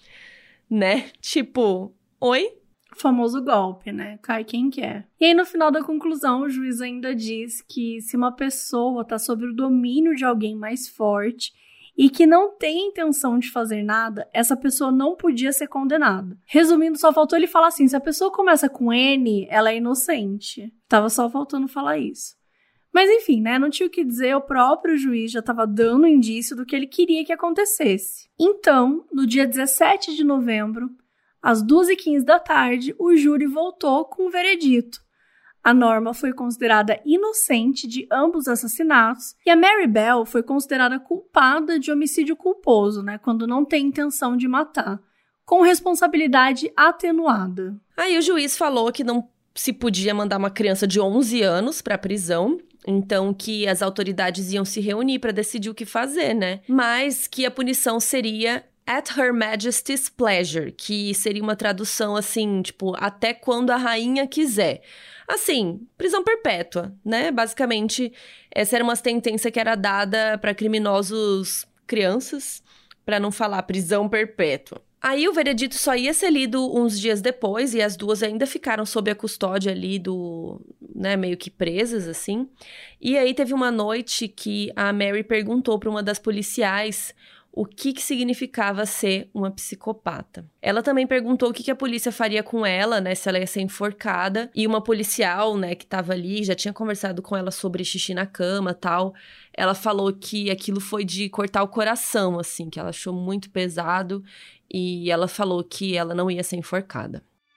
né? Tipo, oi? O famoso golpe, né? Cai quem quer. E aí, no final da conclusão, o juiz ainda diz que se uma pessoa tá sob o domínio de alguém mais forte e que não tem intenção de fazer nada, essa pessoa não podia ser condenada. Resumindo, só faltou ele falar assim, se a pessoa começa com N, ela é inocente. Tava só faltando falar isso. Mas enfim, né, não tinha o que dizer, o próprio juiz já estava dando indício do que ele queria que acontecesse. Então, no dia 17 de novembro, às 2h15 da tarde, o júri voltou com um veredito. A Norma foi considerada inocente de ambos assassinatos e a Mary Bell foi considerada culpada de homicídio culposo, né, quando não tem intenção de matar, com responsabilidade atenuada. Aí o juiz falou que não se podia mandar uma criança de 11 anos para a prisão, então que as autoridades iam se reunir para decidir o que fazer, né? Mas que a punição seria at Her Majesty's pleasure, que seria uma tradução assim, tipo, até quando a rainha quiser. Assim, prisão perpétua, né? Basicamente, essa era uma sentença que era dada para criminosos crianças, para não falar prisão perpétua. Aí o veredito só ia ser lido uns dias depois e as 2 ainda ficaram sob a custódia ali né, meio que presas, assim. E aí teve uma noite que a Mary perguntou para uma das policiais o que significava ser uma psicopata. Ela também perguntou o que a polícia faria com ela, né, se ela ia ser enforcada. E uma policial, né, que tava ali, já tinha conversado com ela sobre xixi na cama e tal. Ela falou que aquilo foi de cortar o coração, assim, que ela achou muito pesado. E ela falou que ela não ia ser enforcada.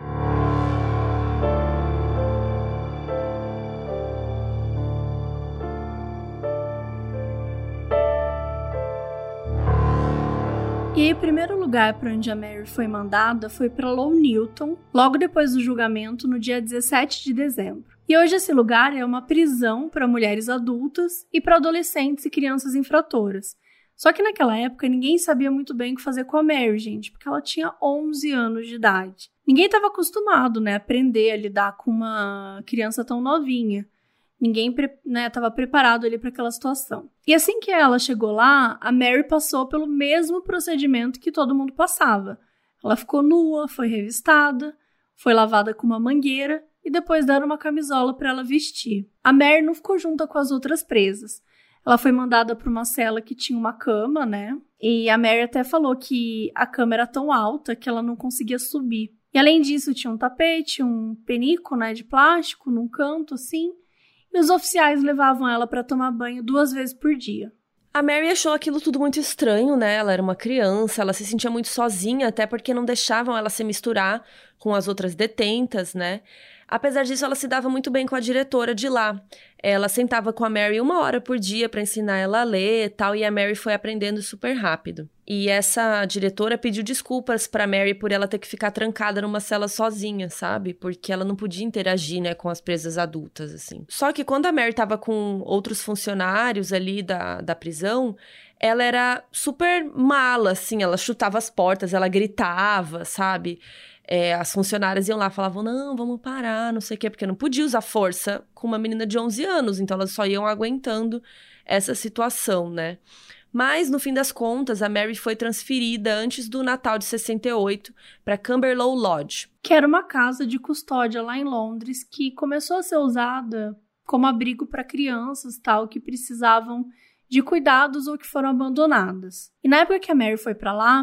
E aí, o primeiro lugar para onde a Mary foi mandada foi para Low Newton, logo depois do julgamento, no dia 17 de dezembro. E hoje esse lugar é uma prisão para mulheres adultas e para adolescentes e crianças infratoras. Só que naquela época ninguém sabia muito bem o que fazer com a Mary, gente, porque ela tinha 11 anos de idade. Ninguém estava acostumado, né, a aprender a lidar com uma criança tão novinha. Ninguém estava preparado ali para aquela situação. E assim que ela chegou lá, a Mary passou pelo mesmo procedimento que todo mundo passava. Ela ficou nua, foi revistada, foi lavada com uma mangueira e depois deram uma camisola para ela vestir. A Mary não ficou junto com as outras presas. Ela foi mandada para uma cela que tinha uma cama, né? E a Mary até falou que a cama era tão alta que ela não conseguia subir. E além disso, tinha um tapete, um penico, né, de plástico num canto, assim. E os oficiais levavam ela para tomar banho 2 vezes por dia. A Mary achou aquilo tudo muito estranho, né? Ela era uma criança, ela se sentia muito sozinha, até porque não deixavam ela se misturar com as outras detentas, né? Apesar disso, ela se dava muito bem com a diretora de lá. Ela sentava com a Mary 1 hora por dia para ensinar ela a ler e tal, e a Mary foi aprendendo super rápido. E essa diretora pediu desculpas pra Mary por ela ter que ficar trancada numa cela sozinha, sabe? Porque ela não podia interagir, né, com as presas adultas, assim. Só que quando a Mary tava com outros funcionários ali da prisão, ela era super mala, assim, ela chutava as portas, ela gritava, sabe? As funcionárias iam lá, falavam, não, vamos parar, não sei o quê, porque não podia usar força com uma menina de 11 anos, então elas só iam aguentando essa situação, né? Mas, no fim das contas, a Mary foi transferida antes do Natal de 68 para Camberlow Lodge. Que era uma casa de custódia lá em Londres que começou a ser usada como abrigo para crianças tal, que precisavam de cuidados ou que foram abandonadas. E na época que a Mary foi para lá,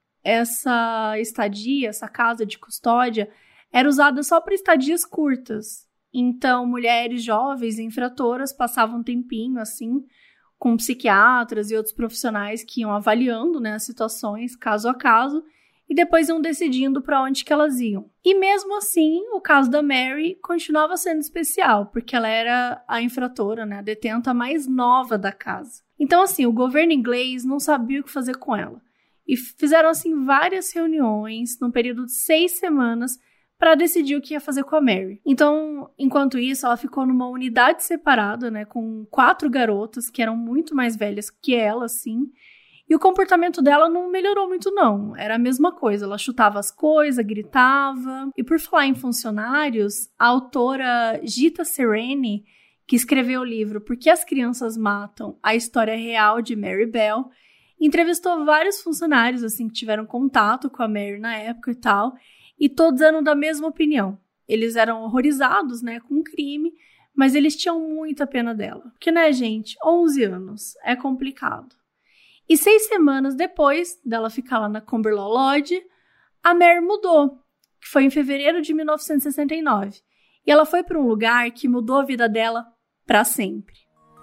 essa estadia, essa casa de custódia, era usada só para estadias curtas. Então, mulheres jovens, infratoras, passavam um tempinho, assim, com psiquiatras e outros profissionais que iam avaliando, né, as situações, caso a caso, e depois iam decidindo para onde que elas iam. E mesmo assim, o caso da Mary continuava sendo especial, porque ela era a infratora, né, a detenta mais nova da casa. Então, assim, o governo inglês não sabia o que fazer com ela. E fizeram, assim, várias reuniões num período de 6 semanas para decidir o que ia fazer com a Mary. Então, enquanto isso, ela ficou numa unidade separada, né, com 4 garotas que eram muito mais velhas que ela, assim. E o comportamento dela não melhorou muito, não. Era a mesma coisa. Ela chutava as coisas, gritava. E por falar em funcionários, a autora Gita Sereni, que escreveu o livro Por que as Crianças Matam? A História Real de Mary Bell, entrevistou vários funcionários, assim, que tiveram contato com a Mary na época e tal, e todos eram da mesma opinião. Eles eram horrorizados, né, com o crime, mas eles tinham muita pena dela. Porque, né, gente, 11 anos, é complicado. E 6 semanas depois dela ficar lá na Camberlow Lodge, a Mary mudou, que foi em fevereiro de 1969. E ela foi para um lugar que mudou a vida dela para sempre.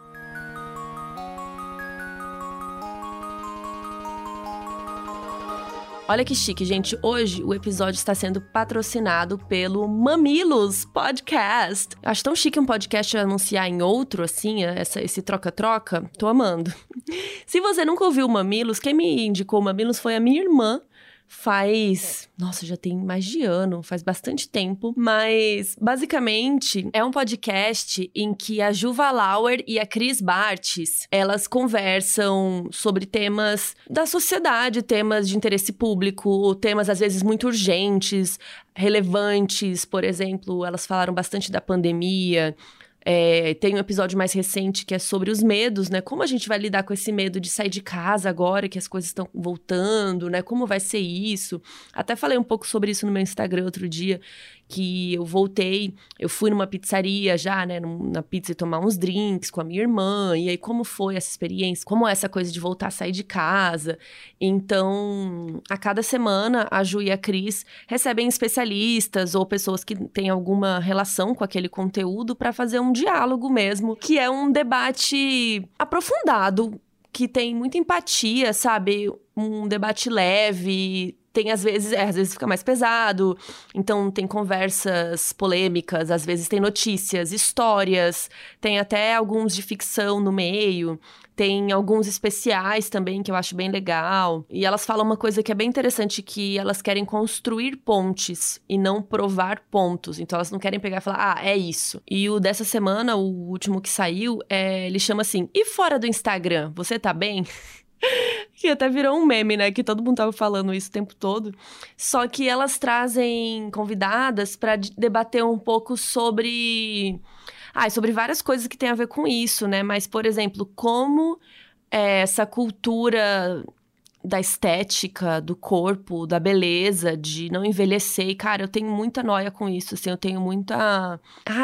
Olha que chique, gente. Hoje o episódio está sendo patrocinado pelo Mamilos Podcast. Acho tão chique um podcast anunciar em outro, assim, esse troca-troca. Tô amando. Se você nunca ouviu o Mamilos, quem me indicou o Mamilos foi a minha irmã. Nossa, já tem mais de ano, faz bastante tempo. Mas, basicamente, é um podcast em que a Juva Lauer e a Cris Bartz, elas conversam sobre temas da sociedade, temas de interesse público, temas, às vezes, muito urgentes, relevantes. Por exemplo, elas falaram bastante da pandemia. Tem um episódio mais recente que é sobre os medos, né? Como a gente vai lidar com esse medo de sair de casa agora que as coisas estão voltando, né? Como vai ser isso? Até falei um pouco sobre isso no meu Instagram outro dia, que eu fui numa pizzaria já, né? Na pizza, tomar uns drinks com a minha irmã. E aí, como foi essa experiência? Como é essa coisa de voltar a sair de casa? Então, a cada semana, a Ju e a Cris recebem especialistas ou pessoas que têm alguma relação com aquele conteúdo para fazer um diálogo mesmo, que é um debate aprofundado, que tem muita empatia, sabe? Um debate leve. Tem, às vezes fica mais pesado, então tem conversas polêmicas, às vezes tem notícias, histórias, tem até alguns de ficção no meio, tem alguns especiais também que eu acho bem legal. E elas falam uma coisa que é bem interessante, que elas querem construir pontes e não provar pontos. Então elas não querem pegar e falar, é isso. E o dessa semana, o último que saiu, ele chama assim, e fora do Instagram, você tá bem? Que até virou um meme, né? Que todo mundo tava falando isso o tempo todo. Só que elas trazem convidadas para debater um pouco sobre várias coisas que tem a ver com isso, né? Mas, por exemplo, como essa cultura da estética, do corpo, da beleza, de não envelhecer. E, cara, eu tenho muita noia com isso, assim, eu tenho muita...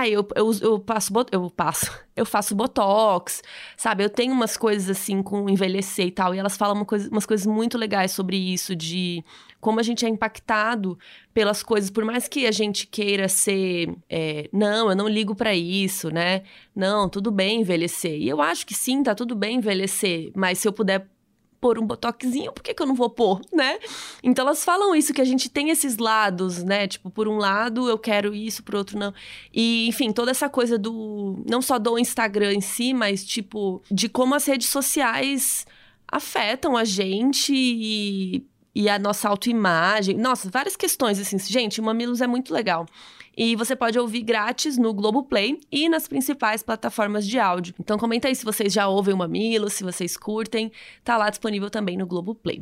Eu faço botox, sabe? Eu tenho umas coisas, assim, com envelhecer e tal, e elas falam umas coisas muito legais sobre isso, de como a gente é impactado pelas coisas, por mais que a gente queira ser... não, eu não ligo pra isso, né? Não, tudo bem envelhecer. E eu acho que sim, tá tudo bem envelhecer, mas se eu puder pôr um botoxinho, por que eu não vou pôr, né? Então elas falam isso, que a gente tem esses lados, né? Tipo, por um lado eu quero isso, por outro não. E, enfim, toda essa coisa não só do Instagram em si, mas, tipo, de como as redes sociais afetam a gente e a nossa autoimagem. Nossa, várias questões, assim. Gente, o Mamilos é muito legal. E você pode ouvir grátis no Globoplay e nas principais plataformas de áudio. Então comenta aí se vocês já ouvem o Mamilos, se vocês curtem. Tá lá disponível também no Globoplay.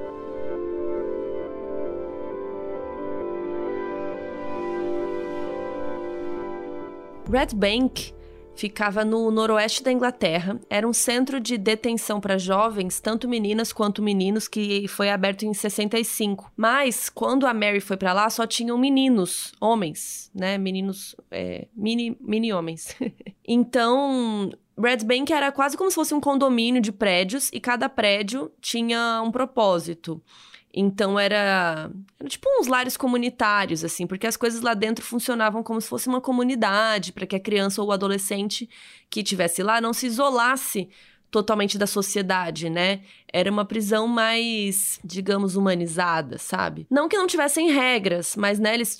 Red Bank ficava no noroeste da Inglaterra. Era um centro de detenção para jovens, tanto meninas quanto meninos, que foi aberto em 65. Mas, quando a Mary foi para lá, só tinham meninos, homens, né? Meninos, mini-homens. Então, Red Bank era quase como se fosse um condomínio de prédios, e cada prédio tinha um propósito. Então, era tipo uns lares comunitários, assim, porque as coisas lá dentro funcionavam como se fosse uma comunidade, para que a criança ou o adolescente que estivesse lá não se isolasse totalmente da sociedade, né? Era uma prisão mais, digamos, humanizada, sabe? Não que não tivessem regras, mas, né, eles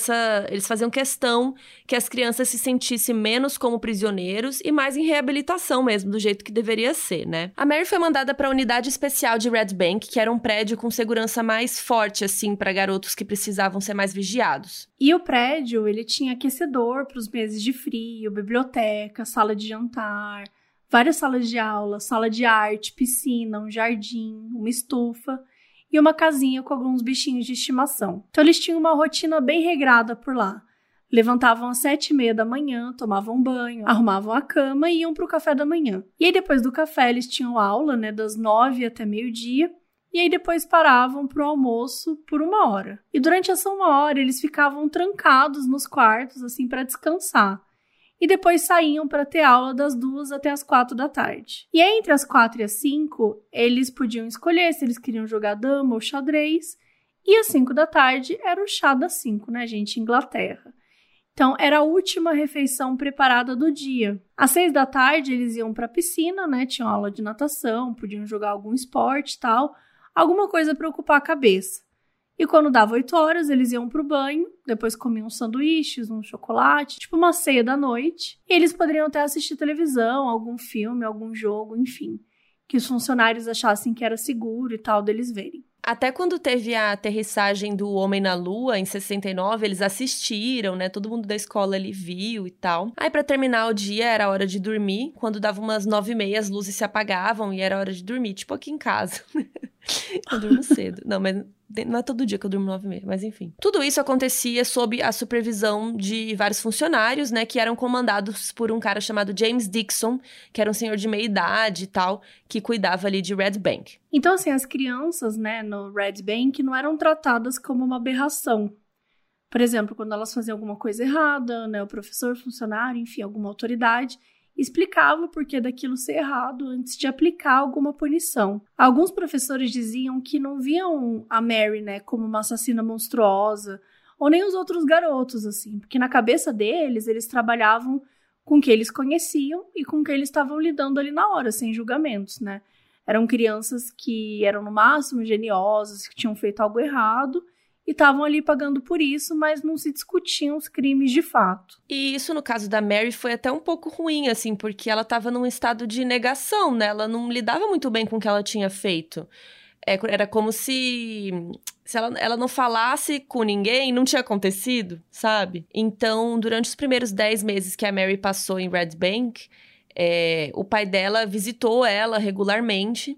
faziam questão que as crianças se sentissem menos como prisioneiros e mais em reabilitação mesmo, do jeito que deveria ser, né? A Mary foi mandada para a unidade especial de Red Bank, que era um prédio com segurança mais forte, assim, para garotos que precisavam ser mais vigiados. E o prédio, ele tinha aquecedor para os meses de frio, biblioteca, sala de jantar, várias salas de aula, sala de arte, piscina, um jardim, uma estufa e uma casinha com alguns bichinhos de estimação. Então eles tinham uma rotina bem regrada por lá. Levantavam às 7h30 da manhã, tomavam banho, arrumavam a cama e iam para o café da manhã. E aí depois do café eles tinham aula, né, das 9 até meio-dia. E aí depois paravam para o almoço por 1 hora. E durante essa 1 hora eles ficavam trancados nos quartos, assim, para descansar. E depois saíam para ter aula das 2 até as 4 da tarde. E aí, entre as 4 e as 5, eles podiam escolher se eles queriam jogar dama ou xadrez. E às 5 da tarde era o chá das 5, né, gente? Inglaterra. Então, era a última refeição preparada do dia. Às 6 da tarde, eles iam para a piscina, né? Tinham aula de natação, podiam jogar algum esporte e tal. Alguma coisa para ocupar a cabeça. E quando dava 8 horas, eles iam pro banho, depois comiam sanduíches, um chocolate, tipo uma ceia da noite. E eles poderiam até assistir televisão, algum filme, algum jogo, enfim. Que os funcionários achassem que era seguro e tal deles verem. Até quando teve a aterrissagem do Homem na Lua, em 69, eles assistiram, né? Todo mundo da escola ali viu e tal. Aí, pra terminar o dia, era hora de dormir. Quando dava umas 9h30, as luzes se apagavam e era hora de dormir. Tipo aqui em casa. Eu durmo cedo. Não, mas não é todo dia que eu durmo 9h30, mas enfim. Tudo isso acontecia sob a supervisão de vários funcionários, né? Que eram comandados por um cara chamado James Dixon, que era um senhor de meia idade e tal, que cuidava ali de Red Bank. Então, assim, as crianças, né, no Red Bank não eram tratadas como uma aberração. Por exemplo, quando elas faziam alguma coisa errada, né, o professor, funcionário, enfim, alguma autoridade, explicava o porquê daquilo ser errado antes de aplicar alguma punição. Alguns professores diziam que não viam a Mary, né, como uma assassina monstruosa, ou nem os outros garotos, assim, porque na cabeça deles, eles trabalhavam com o que eles conheciam e com o que eles estavam lidando ali na hora, sem julgamentos, né? Eram crianças que eram, no máximo, geniosas, que tinham feito algo errado e estavam ali pagando por isso, mas não se discutiam os crimes de fato. E isso, no caso da Mary, foi até um pouco ruim, assim, porque ela estava num estado de negação, né? Ela não lidava muito bem com o que ela tinha feito. Era como se ela não falasse com ninguém, não tinha acontecido, sabe? Então, durante os primeiros 10 meses que a Mary passou em Red Bank, o pai dela visitou ela regularmente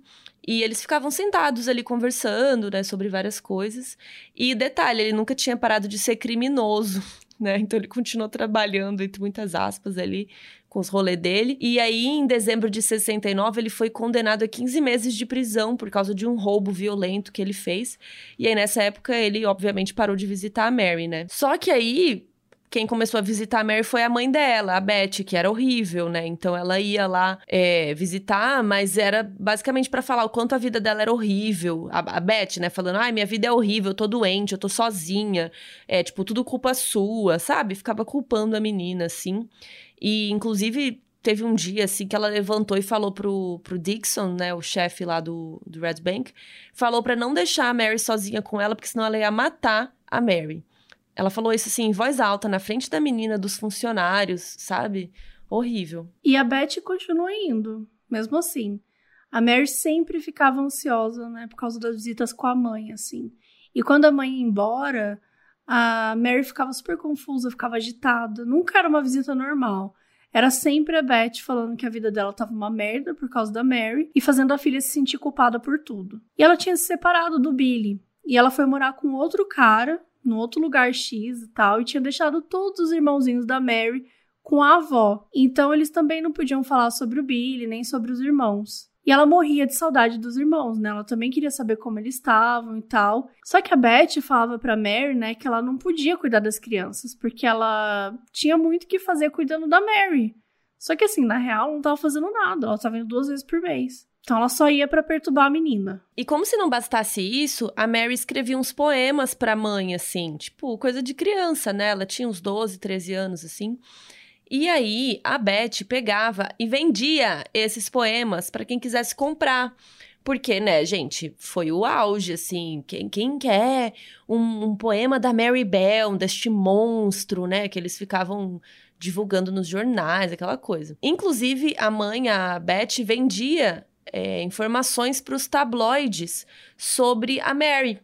E eles ficavam sentados ali conversando, né, sobre várias coisas. E detalhe, ele nunca tinha parado de ser criminoso, né? Então ele continuou trabalhando, entre muitas aspas, ali, com os rolês dele. E aí, em dezembro de 69, ele foi condenado a 15 meses de prisão por causa de um roubo violento que ele fez. E aí, nessa época, ele, obviamente, parou de visitar a Mary, né? Só que aí, quem começou a visitar a Mary foi a mãe dela, a Beth, que era horrível, né? Então, ela ia lá visitar, mas era basicamente pra falar o quanto a vida dela era horrível. A Beth, né? Falando, ai, minha vida é horrível, eu tô doente, eu tô sozinha. Tipo, tudo culpa sua, sabe? Ficava culpando a menina, assim. E, inclusive, teve um dia, assim, que ela levantou e falou pro Dixon, né? O chefe lá do Red Bank. Falou pra não deixar a Mary sozinha com ela, porque senão ela ia matar a Mary. Ela falou isso, assim, em voz alta, na frente da menina, dos funcionários, sabe? Horrível. E a Beth continua indo, mesmo assim. A Mary sempre ficava ansiosa, né? Por causa das visitas com a mãe, assim. E quando a mãe ia embora, a Mary ficava super confusa, ficava agitada. Nunca era uma visita normal. Era sempre a Beth falando que a vida dela tava uma merda por causa da Mary e fazendo a filha se sentir culpada por tudo. E ela tinha se separado do Billy. E ela foi morar com outro cara, num outro lugar X e tal, e tinha deixado todos os irmãozinhos da Mary com a avó. Então eles também não podiam falar sobre o Billy, nem sobre os irmãos. E ela morria de saudade dos irmãos, né? Ela também queria saber como eles estavam e tal. Só que a Beth falava pra Mary, né, que ela não podia cuidar das crianças, porque ela tinha muito o que fazer cuidando da Mary. Só que assim, na real, ela não tava fazendo nada. Ela tava indo 2 vezes por mês. Então ela só ia pra perturbar a menina. E como se não bastasse isso, a Mary escrevia uns poemas pra mãe, assim. Tipo, coisa de criança, né? Ela tinha uns 12, 13 anos, assim. E aí, a Beth pegava e vendia esses poemas pra quem quisesse comprar. Porque, né, gente, foi o auge, assim. Quem quer um poema da Mary Bell, deste monstro, né? Que eles ficavam divulgando nos jornais, aquela coisa. Inclusive, a mãe, a Beth, vendia informações para os tabloides sobre a Mary.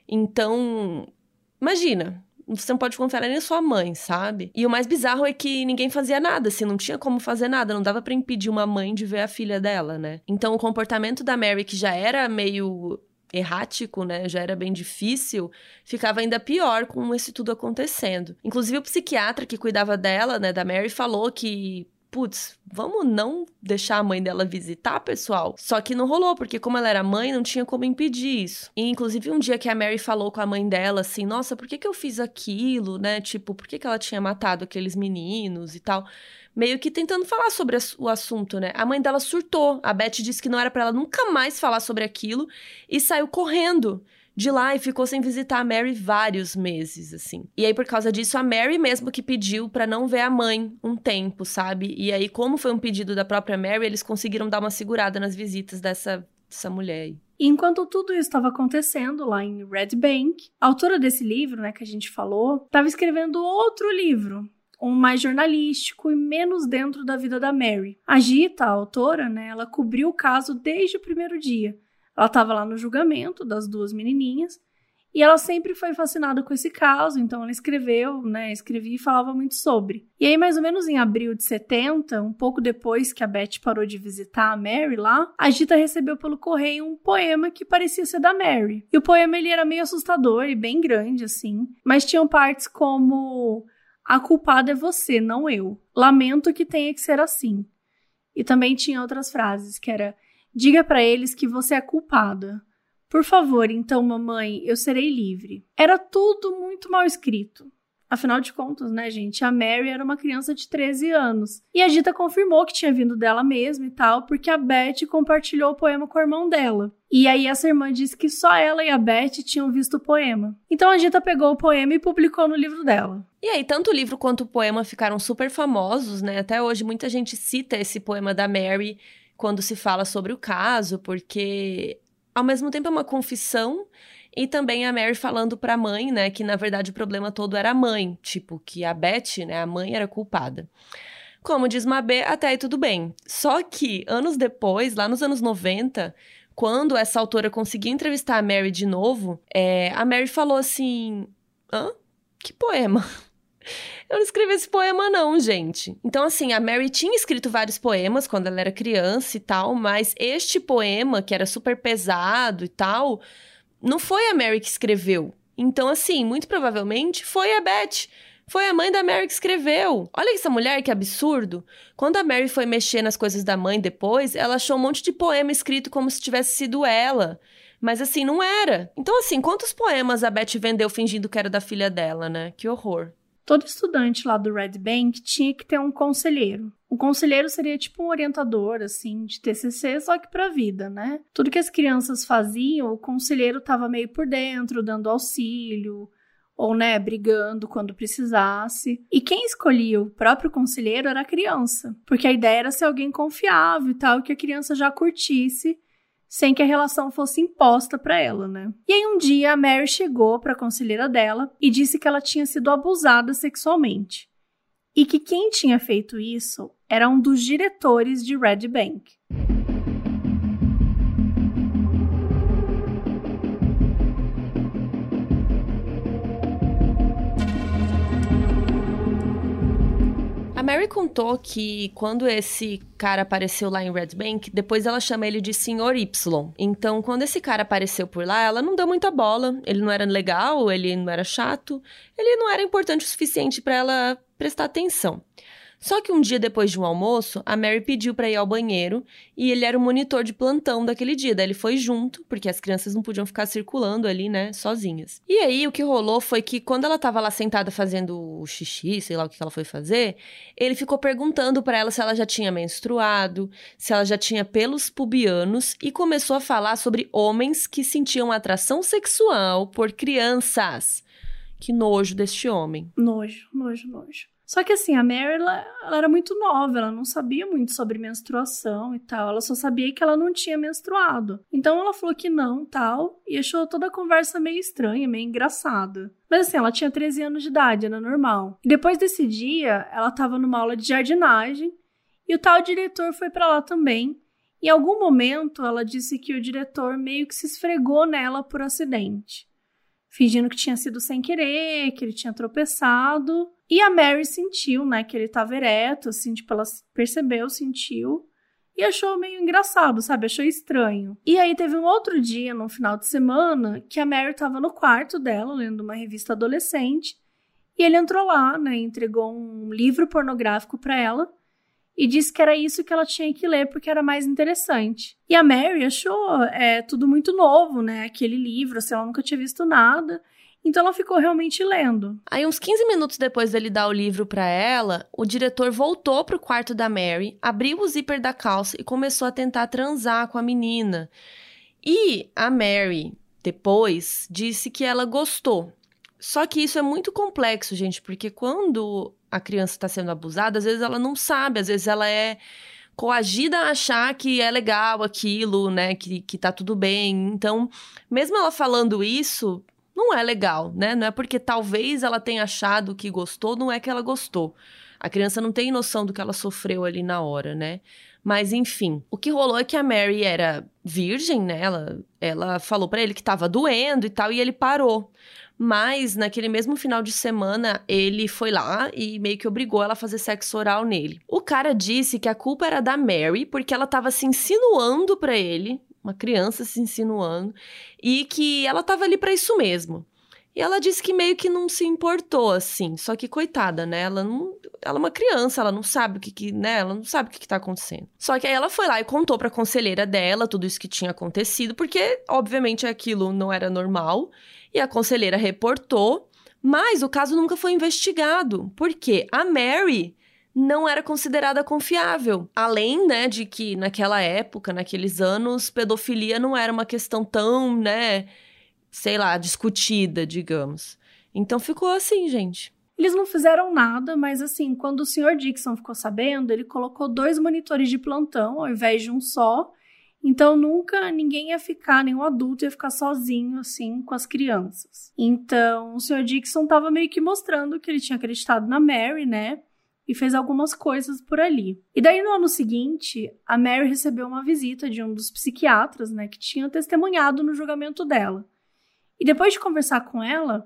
Então, imagina, você não pode confiar nem na sua mãe, sabe? E o mais bizarro é que ninguém fazia nada, assim, não tinha como fazer nada, não dava pra impedir uma mãe de ver a filha dela, né? Então, o comportamento da Mary, que já era meio errático, né, já era bem difícil, ficava ainda pior com isso tudo acontecendo. Inclusive, o psiquiatra que cuidava dela, né, da Mary, falou que putz, vamos não deixar a mãe dela visitar, pessoal? Só que não rolou, porque como ela era mãe, não tinha como impedir isso. E, inclusive, um dia que a Mary falou com a mãe dela, assim, nossa, por que eu fiz aquilo, né? Tipo, por que ela tinha matado aqueles meninos e tal? Meio que tentando falar sobre o assunto, né? A mãe dela surtou. A Beth disse que não era pra ela nunca mais falar sobre aquilo e saiu correndo de lá e ficou sem visitar a Mary vários meses, assim. E aí, por causa disso, a Mary mesmo que pediu pra não ver a mãe um tempo, sabe? E aí, como foi um pedido da própria Mary, eles conseguiram dar uma segurada nas visitas dessa mulher aí. Enquanto tudo isso estava acontecendo lá em Red Bank, a autora desse livro, né, que a gente falou, estava escrevendo outro livro, um mais jornalístico e menos dentro da vida da Mary. A Gita, a autora, né, ela cobriu o caso desde o primeiro dia. Ela estava lá no julgamento das 2 menininhas e ela sempre foi fascinada com esse caso, então ela escrevia e falava muito sobre. E aí, mais ou menos em abril de 70, um pouco depois que a Beth parou de visitar a Mary lá, a Gita recebeu pelo correio um poema que parecia ser da Mary. E o poema, ele era meio assustador e bem grande, assim, mas tinham partes como: a culpada é você, não eu. Lamento que tenha que ser assim. E também tinha outras frases, que era: diga pra eles que você é culpada. Por favor, então, mamãe, eu serei livre. Era tudo muito mal escrito. Afinal de contas, né, gente, a Mary era uma criança de 13 anos. E a Gita confirmou que tinha vindo dela mesma e tal, porque a Beth compartilhou o poema com o irmão dela. E aí essa irmã disse que só ela e a Beth tinham visto o poema. Então a Gita pegou o poema e publicou no livro dela. E aí, tanto o livro quanto o poema ficaram super famosos, né? Até hoje muita gente cita esse poema da Mary quando se fala sobre o caso, porque ao mesmo tempo é uma confissão e também a Mary falando pra mãe, né, que na verdade o problema todo era a mãe, tipo, que a Beth, né, a mãe era culpada. Como diz Mabê, até aí tudo bem. Só que, anos depois, lá nos anos 90, quando essa autora conseguiu entrevistar a Mary de novo, a Mary falou assim: hã? Que poema? Eu não escrevi esse poema não, gente. Então, assim, a Mary tinha escrito vários poemas quando ela era criança e tal, mas este poema, que era super pesado e tal, não foi a Mary que escreveu. Então, assim, muito provavelmente foi a Beth. Foi a mãe da Mary que escreveu. Olha essa mulher, que absurdo. Quando a Mary foi mexer nas coisas da mãe depois, ela achou um monte de poema escrito como se tivesse sido ela. Mas assim, não era. Então assim, quantos poemas a Beth vendeu fingindo que era da filha dela, né? Que horror. Todo estudante lá do Red Bank tinha que ter um conselheiro. O conselheiro seria tipo um orientador, assim, de TCC, só que pra vida, né? Tudo que as crianças faziam, o conselheiro tava meio por dentro, dando auxílio, ou, né, brigando quando precisasse. E quem escolhia o próprio conselheiro era a criança, porque a ideia era ser alguém confiável e tal, que a criança já curtisse, sem que a relação fosse imposta pra ela, né? E aí um dia a Mary chegou pra conselheira dela e disse que ela tinha sido abusada sexualmente. E que quem tinha feito isso era um dos diretores de Red Bank. A Mary contou que quando esse cara apareceu lá em Red Bank, depois ela chama ele de Sr. Y. Então, quando esse cara apareceu por lá, ela não deu muita bola. Ele não era legal, ele não era chato, ele não era importante o suficiente pra ela prestar atenção. Só que um dia depois de um almoço, a Mary pediu pra ir ao banheiro e ele era o monitor de plantão daquele dia. Daí ele foi junto, porque as crianças não podiam ficar circulando ali, né, sozinhas. E aí o que rolou foi que quando ela tava lá sentada fazendo o xixi, sei lá o que ela foi fazer, ele ficou perguntando pra ela se ela já tinha menstruado, se ela já tinha pelos pubianos e começou a falar sobre homens que sentiam atração sexual por crianças. Que nojo deste homem. Nojo. Só que assim, a Mary, ela era muito nova, ela não sabia muito sobre menstruação e tal, ela só sabia que ela não tinha menstruado. Então ela falou que não, tal, e achou toda a conversa meio estranha, meio engraçada. Mas assim, ela tinha 13 anos de idade, era normal. E depois desse dia, ela tava numa aula de jardinagem, e o tal diretor foi pra lá também. Em algum momento, ela disse que o diretor meio que se esfregou nela por acidente, fingindo que tinha sido sem querer, que ele tinha tropeçado. E a Mary sentiu, né, que ele tava ereto, assim, tipo, ela percebeu, sentiu, e achou meio engraçado, sabe? Achou estranho. E aí teve um outro dia, no final de semana, que a Mary tava no quarto dela, lendo uma revista adolescente, e ele entrou lá, né, entregou um livro pornográfico pra ela, e disse que era isso que ela tinha que ler porque era mais interessante. E a Mary achou tudo muito novo, né? Aquele livro, assim, ela nunca tinha visto nada. Então ela ficou realmente lendo. Aí uns 15 minutos depois dele dar o livro pra ela, o diretor voltou pro quarto da Mary, abriu o zíper da calça e começou a tentar transar com a menina. E a Mary, depois, disse que ela gostou. Só que isso é muito complexo, gente, porque quando a criança está sendo abusada, às vezes ela não sabe, às vezes ela é coagida a achar que é legal aquilo, né, que tá tudo bem. Então, mesmo ela falando isso, não é legal, né? Não é porque talvez ela tenha achado que gostou, não é que ela gostou. A criança não tem noção do que ela sofreu ali na hora, né? Mas, enfim, o que rolou é que a Mary era virgem, né? Ela falou pra ele que tava doendo e tal, e ele parou. Mas, naquele mesmo final de semana, ele foi lá e meio que obrigou ela a fazer sexo oral nele. O cara disse que a culpa era da Mary, porque ela tava se insinuando pra ele, uma criança se insinuando, e que ela tava ali pra isso mesmo. E ela disse que meio que não se importou, assim. Só que, coitada, né? Ela é uma criança, ela não sabe né? Ela não sabe o que tá acontecendo. Só que aí ela foi lá e contou pra conselheira dela tudo isso que tinha acontecido, porque, obviamente, aquilo não era normal. E a conselheira reportou, mas o caso nunca foi investigado. Porque a Mary não era considerada confiável. Além, né, de que naquela época, naqueles anos, pedofilia não era uma questão tão, né, sei lá, discutida, digamos. Então ficou assim, gente. Eles não fizeram nada, mas assim, quando o Sr. Dixon ficou sabendo, ele colocou 2 monitores de plantão ao invés de um só. Então nunca ninguém ia ficar, nenhum adulto ia ficar sozinho, assim, com as crianças. Então o Sr. Dixon tava meio que mostrando que ele tinha acreditado na Mary, né? E fez algumas coisas por ali. E daí, no ano seguinte, a Mary recebeu uma visita de um dos psiquiatras, né? Que tinha testemunhado no julgamento dela. E depois de conversar com ela,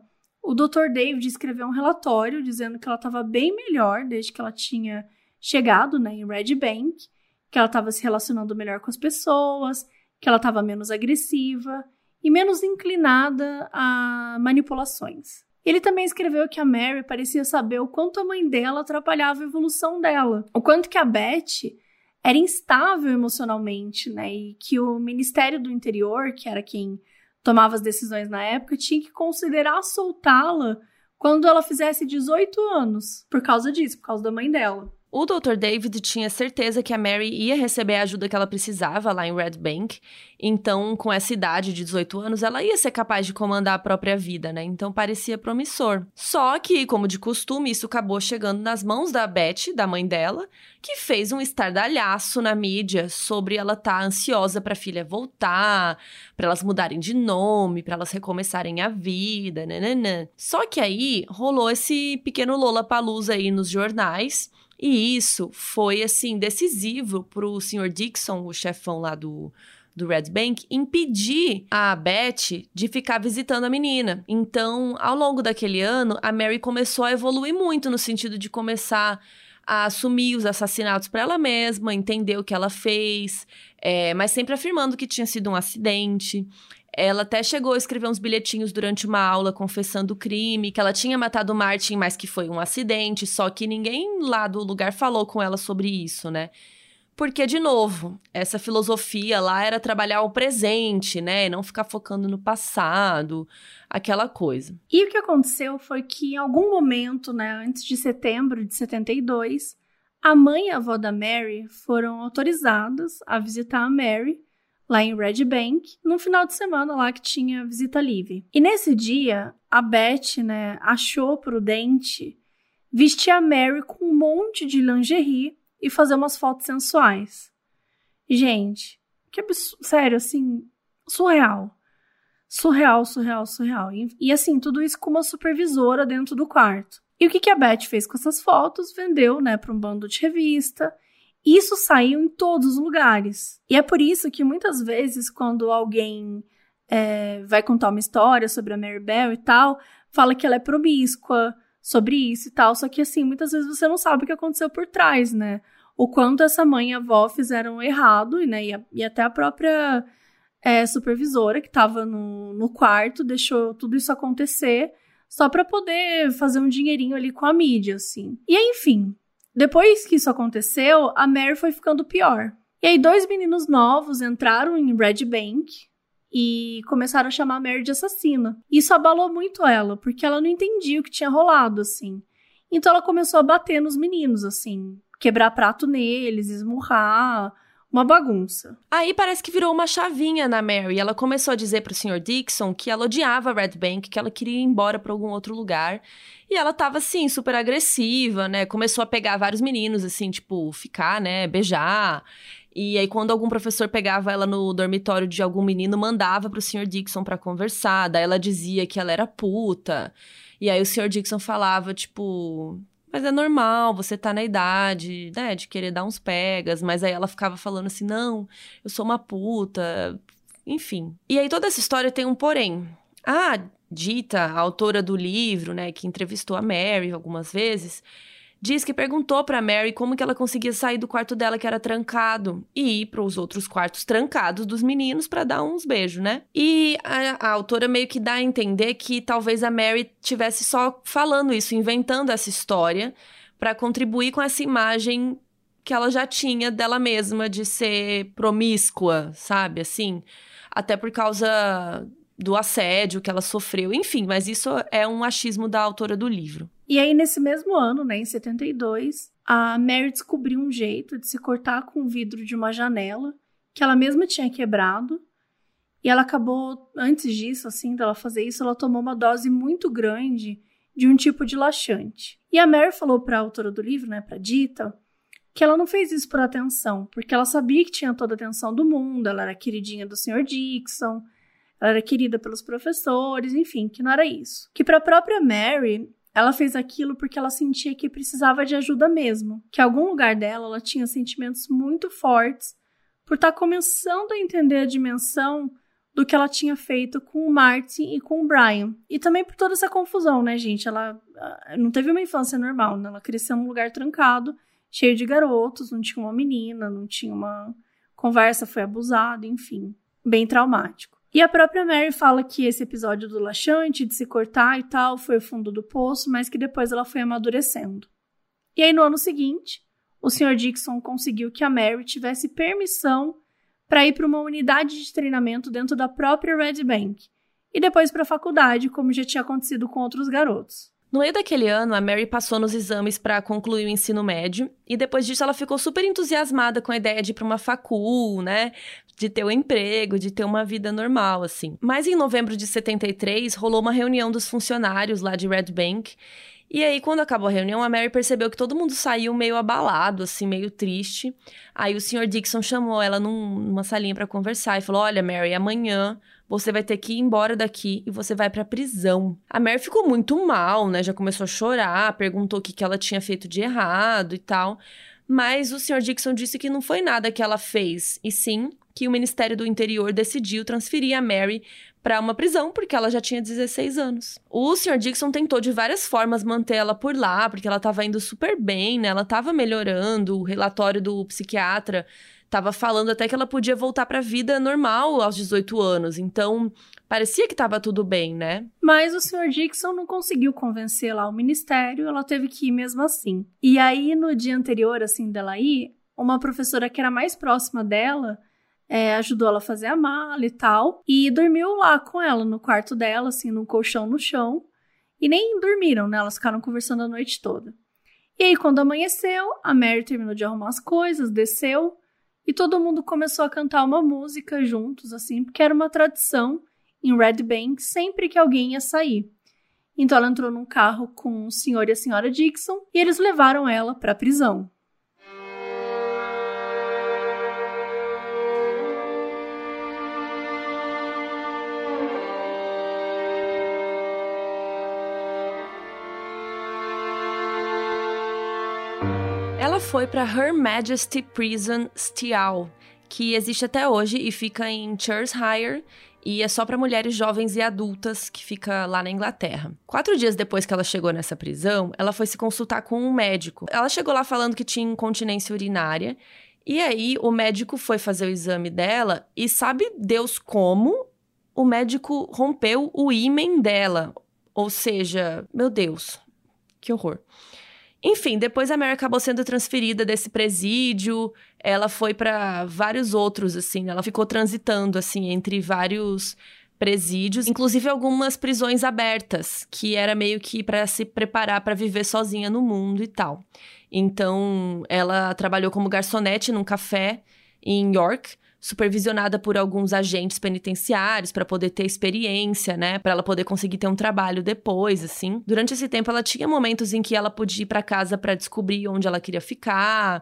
o Dr. David escreveu um relatório dizendo que ela estava bem melhor desde que ela tinha chegado, né, em Red Bank, que ela estava se relacionando melhor com as pessoas, que ela estava menos agressiva e menos inclinada a manipulações. Ele também escreveu que a Mary parecia saber o quanto a mãe dela atrapalhava a evolução dela, o quanto que a Beth era instável emocionalmente, né, e que o Ministério do Interior, que era quem tomava as decisões na época, tinha que considerar soltá-la quando ela fizesse 18 anos, por causa disso, por causa da mãe dela. O Dr. David tinha certeza que a Mary ia receber a ajuda que ela precisava lá em Red Bank. Então, com essa idade de 18 anos, ela ia ser capaz de comandar a própria vida, né? Então, parecia promissor. Só que, como de costume, isso acabou chegando nas mãos da Beth, da mãe dela, que fez um estardalhaço na mídia sobre ela estar ansiosa para a filha voltar, para elas mudarem de nome, para elas recomeçarem a vida, nananã. Só que aí, rolou esse pequeno Lollapalooza aí nos jornais. E isso foi, assim, decisivo pro Sr. Dixon, o chefão lá do Red Bank, impedir a Beth de ficar visitando a menina. Então, ao longo daquele ano, a Mary começou a evoluir muito no sentido de começar a assumir os assassinatos para ela mesma, entender o que ela fez, mas sempre afirmando que tinha sido um acidente. Ela até chegou a escrever uns bilhetinhos durante uma aula confessando o crime, que ela tinha matado o Martin, mas que foi um acidente, só que ninguém lá do lugar falou com ela sobre isso, né? Porque, de novo, essa filosofia lá era trabalhar o presente, né? Não ficar focando no passado, aquela coisa. E o que aconteceu foi que, em algum momento, né, antes de setembro de 72, a mãe e a avó da Mary foram autorizadas a visitar a Mary lá em Red Bank, num final de semana lá que tinha visita livre. E nesse dia, a Beth, né, achou prudente vestir a Mary com um monte de lingerie e fazer umas fotos sensuais. Gente, que absurdo, sério, assim, surreal. Surreal. E assim, tudo isso com uma supervisora dentro do quarto. E o que a Beth fez com essas fotos? Vendeu, né, para um bando de revista. Isso saiu em todos os lugares. E é por isso que muitas vezes, quando alguém vai contar uma história sobre a Mary Bell e tal, fala que ela é promíscua sobre isso e tal. Só que, assim, muitas vezes você não sabe o que aconteceu por trás, né? O quanto essa mãe e a avó fizeram errado, né? E até a própria supervisora que estava no quarto deixou tudo isso acontecer só para poder fazer um dinheirinho ali com a mídia, assim. E aí, enfim, depois que isso aconteceu, a Mary foi ficando pior. E aí 2 meninos novos entraram em Red Bank e começaram a chamar a Mary de assassina. Isso abalou muito ela, porque ela não entendia o que tinha rolado, assim. Então ela começou a bater nos meninos, assim, quebrar prato neles, esmurrar, uma bagunça. Aí parece que virou uma chavinha na Mary. Ela começou a dizer pro Sr. Dixon que ela odiava Red Bank, que ela queria ir embora pra algum outro lugar. E ela tava, assim, super agressiva, né? Começou a pegar vários meninos, assim, tipo, ficar, né? Beijar. E aí, quando algum professor pegava ela no dormitório de algum menino, mandava pro Sr. Dixon pra conversar. Daí ela dizia que ela era puta. E aí o Sr. Dixon falava, tipo... Mas é normal, você tá na idade, né, de querer dar uns pegas. Mas aí ela ficava falando assim, não, eu sou uma puta, enfim. E aí toda essa história tem um porém. A Dita, a autora do livro, né, que entrevistou a Mary algumas vezes, diz que perguntou pra Mary como que ela conseguia sair do quarto dela, que era trancado, e ir pros outros quartos trancados dos meninos pra dar uns beijos, né? E a autora meio que dá a entender que talvez a Mary tivesse só falando isso, inventando essa história pra contribuir com essa imagem que ela já tinha dela mesma de ser promíscua, sabe? Assim, até por causa do assédio que ela sofreu, enfim, mas isso é um achismo da autora do livro. E aí, nesse mesmo ano, né, em 72, a Mary descobriu um jeito de se cortar com o vidro de uma janela que ela mesma tinha quebrado. E ela acabou, antes disso, assim, dela fazer isso, ela tomou uma dose muito grande de um tipo de laxante. E a Mary falou para a autora do livro, né, para Dita, que ela não fez isso por atenção, porque ela sabia que tinha toda a atenção do mundo, ela era queridinha do Sr. Dixon, ela era querida pelos professores, enfim, que não era isso. Que para a própria Mary, ela fez aquilo porque ela sentia que precisava de ajuda mesmo, que em algum lugar dela ela tinha sentimentos muito fortes por estar começando a entender a dimensão do que ela tinha feito com o Martin e com o Brian. E também por toda essa confusão, né, gente? Ela não teve uma infância normal, né? Ela cresceu num lugar trancado, cheio de garotos, não tinha uma menina, não tinha uma conversa, foi abusada, enfim, bem traumático. E a própria Mary fala que esse episódio do laxante, de se cortar e tal, foi o fundo do poço, mas que depois ela foi amadurecendo. E aí, no ano seguinte, o Sr. Dixon conseguiu que a Mary tivesse permissão para ir para uma unidade de treinamento dentro da própria Red Bank, e depois para a faculdade, como já tinha acontecido com outros garotos. No meio daquele ano, a Mary passou nos exames para concluir o ensino médio, e depois disso ela ficou super entusiasmada com a ideia de ir para uma facul, né? De ter um emprego, de ter uma vida normal, assim. Mas em novembro de 73, rolou uma reunião dos funcionários lá de Red Bank, e aí, quando acabou a reunião, a Mary percebeu que todo mundo saiu meio abalado, assim, meio triste. Aí o Sr. Dixon chamou ela numa salinha pra conversar e falou: olha, Mary, amanhã você vai ter que ir embora daqui e você vai pra prisão. A Mary ficou muito mal, né? Já começou a chorar, perguntou o que ela tinha feito de errado e tal. Mas o Sr. Dixon disse que não foi nada que ela fez, e sim que o Ministério do Interior decidiu transferir a Mary para uma prisão, porque ela já tinha 16 anos. O Sr. Dixon tentou de várias formas manter ela por lá, porque ela estava indo super bem, né? Ela estava melhorando, o relatório do psiquiatra estava falando até que ela podia voltar para a vida normal aos 18 anos. Então, parecia que estava tudo bem, né? Mas o Sr. Dixon não conseguiu convencer lá o ministério, ela teve que ir mesmo assim. E aí, no dia anterior, assim, dela ir, uma professora que era mais próxima dela ajudou ela a fazer a mala e tal, e dormiu lá com ela, no quarto dela, assim, num colchão no chão, e nem dormiram, né? Elas ficaram conversando a noite toda. E aí, quando amanheceu, a Mary terminou de arrumar as coisas, desceu, e todo mundo começou a cantar uma música juntos, assim, porque era uma tradição em Red Bank sempre que alguém ia sair. Então ela entrou num carro com o Sr. e a Sra. Dixon, e eles levaram ela para a prisão. Ela foi para Her Majesty Prison Stial, que existe até hoje e fica em Cheshire, e é só para mulheres jovens e adultas, que fica lá na Inglaterra. 4 dias depois que ela chegou nessa prisão, ela foi se consultar com um médico. Ela chegou lá falando que tinha incontinência urinária, e aí o médico foi fazer o exame dela, e sabe Deus como o médico rompeu o ímen dela. Ou seja, meu Deus, que horror. Enfim, depois a Mary acabou sendo transferida desse presídio, ela foi para vários outros, assim, ela ficou transitando, assim, entre vários presídios, inclusive algumas prisões abertas, que era meio que para se preparar para viver sozinha no mundo e tal. Então, ela trabalhou como garçonete num café em York, supervisionada por alguns agentes penitenciários para poder ter experiência, né? Para ela poder conseguir ter um trabalho depois, assim. Durante esse tempo, ela tinha momentos em que ela podia ir para casa para descobrir onde ela queria ficar.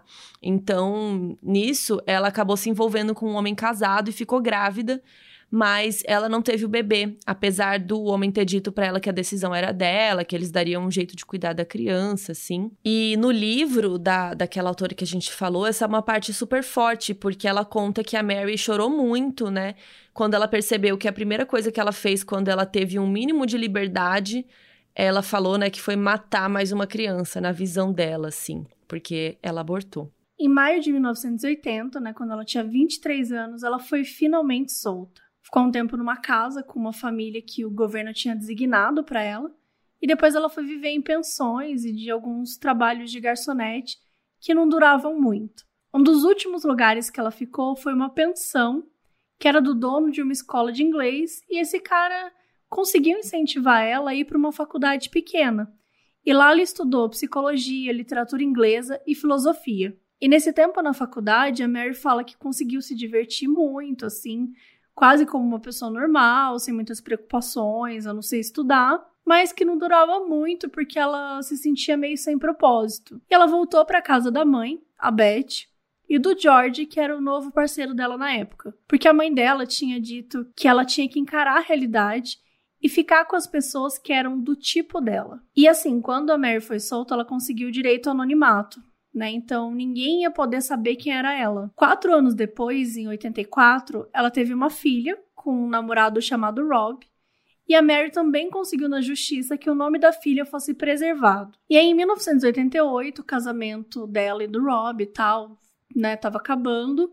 Então, nisso, ela acabou se envolvendo com um homem casado e ficou grávida, mas ela não teve o bebê, apesar do homem ter dito pra ela que a decisão era dela, que eles dariam um jeito de cuidar da criança, assim. E no livro daquela autora que a gente falou, essa é uma parte super forte, porque ela conta que a Mary chorou muito, né? Quando ela percebeu que a primeira coisa que ela fez quando ela teve um mínimo de liberdade, ela falou, né, que foi matar mais uma criança, na visão dela, assim, porque ela abortou. Em maio de 1980, né, quando ela tinha 23 anos, ela foi finalmente solta. Ficou um tempo numa casa com uma família que o governo tinha designado para ela, e depois ela foi viver em pensões e de alguns trabalhos de garçonete que não duravam muito. Um dos últimos lugares que ela ficou foi uma pensão, que era do dono de uma escola de inglês, e esse cara conseguiu incentivar ela a ir para uma faculdade pequena. E lá ela estudou psicologia, literatura inglesa e filosofia. E nesse tempo na faculdade, a Mary fala que conseguiu se divertir muito, assim, quase como uma pessoa normal, sem muitas preocupações, a não sei estudar, mas que não durava muito porque ela se sentia meio sem propósito. E ela voltou para a casa da mãe, a Beth, e do George, que era o novo parceiro dela na época. Porque a mãe dela tinha dito que ela tinha que encarar a realidade e ficar com as pessoas que eram do tipo dela. E assim, quando a Mary foi solta, ela conseguiu o direito ao anonimato, né? Então, ninguém ia poder saber quem era ela. 4 anos depois, em 84, ela teve uma filha com um namorado chamado Rob. E a Mary também conseguiu na justiça que o nome da filha fosse preservado. E aí, em 1988, o casamento dela e do Rob e tal, né, tava acabando.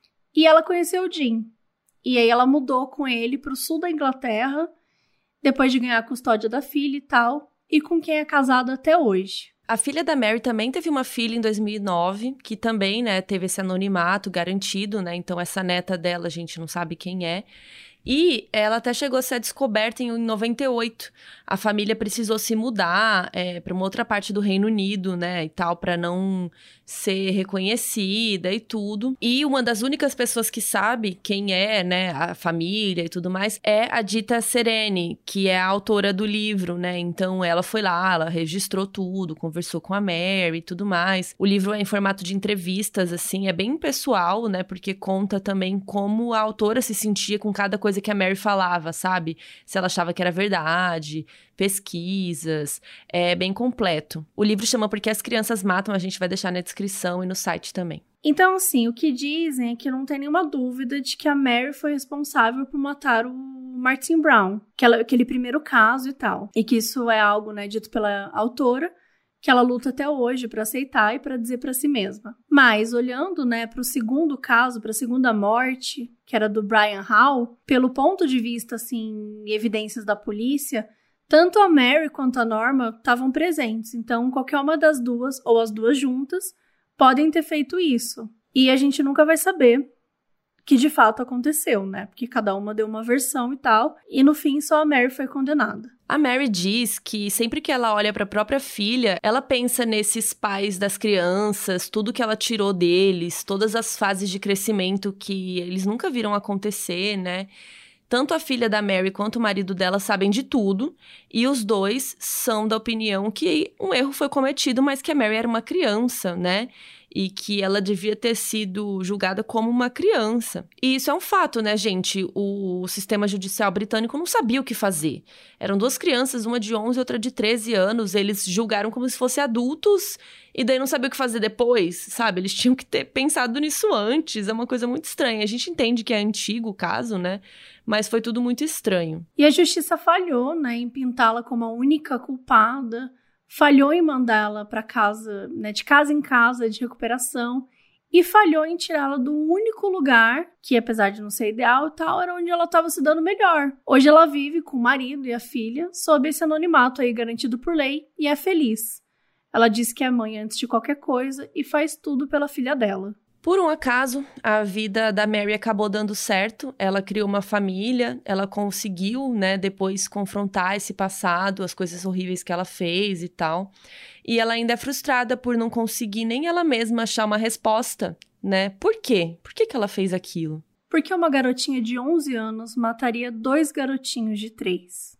E ela conheceu o Jim. E aí ela mudou com ele pro sul da Inglaterra, depois de ganhar a custódia da filha e tal, e com quem é casada até hoje. A filha da Mary também teve uma filha em 2009, que também, né, teve esse anonimato garantido, né? Então essa neta dela a gente não sabe quem é. E ela até chegou a ser descoberta em 98. A família precisou se mudar para uma outra parte do Reino Unido, né, e tal, para não ser reconhecida e tudo. E uma das únicas pessoas que sabe quem é, né, a família e tudo mais, é a Dita Sereni, que é a autora do livro, né. Então ela foi lá, ela registrou tudo, conversou com a Mary e tudo mais. O livro é em formato de entrevistas, assim, é bem pessoal, né, porque conta também como a autora se sentia com cada coisa que a Mary falava, sabe? Se ela achava que era verdade, pesquisas, é bem completo. O livro chama Porque as Crianças Matam, a gente vai deixar na descrição e no site também. Então, assim, o que dizem é que não tem nenhuma dúvida de que a Mary foi responsável por matar o Martin Brown, aquele primeiro caso e tal. E que isso é algo, né, dito pela autora, que ela luta até hoje para aceitar e para dizer para si mesma. Mas, olhando, né, para o segundo caso, para a segunda morte, que era do Brian Hall, pelo ponto de vista, assim, e evidências da polícia, tanto a Mary quanto a Norma estavam presentes. Então, qualquer uma das duas, ou as duas juntas, podem ter feito isso. E a gente nunca vai saber que de fato aconteceu, né? Porque cada uma deu uma versão e tal. E no fim, só a Mary foi condenada. A Mary diz que sempre que ela olha para a própria filha, ela pensa nesses pais das crianças, tudo que ela tirou deles, todas as fases de crescimento que eles nunca viram acontecer, né? Tanto a filha da Mary quanto o marido dela sabem de tudo, e os dois são da opinião que um erro foi cometido, mas que a Mary era uma criança, né? E que ela devia ter sido julgada como uma criança. E isso é um fato, né, gente? O sistema judicial britânico não sabia o que fazer. Eram duas crianças, uma de 11 e outra de 13 anos. Eles julgaram como se fossem adultos e daí não sabiam o que fazer depois, sabe? Eles tinham que ter pensado nisso antes. É uma coisa muito estranha. A gente entende que é antigo o caso, né? Mas foi tudo muito estranho. E a justiça falhou, né, em pintá-la como a única culpada. Falhou em mandá-la para casa, né, de casa em casa, de recuperação, e falhou em tirá-la do único lugar, que apesar de não ser ideal e tal, era onde ela estava se dando melhor. Hoje ela vive com o marido e a filha, sob esse anonimato aí garantido por lei, e é feliz. Ela diz que é mãe antes de qualquer coisa e faz tudo pela filha dela. Por um acaso, a vida da Mary acabou dando certo, ela criou uma família, ela conseguiu, né, depois confrontar esse passado, as coisas horríveis que ela fez e tal. E ela ainda é frustrada por não conseguir nem ela mesma achar uma resposta, né? Por quê? Por que ela fez aquilo? Porque uma garotinha de 11 anos mataria 2 garotinhos de 3.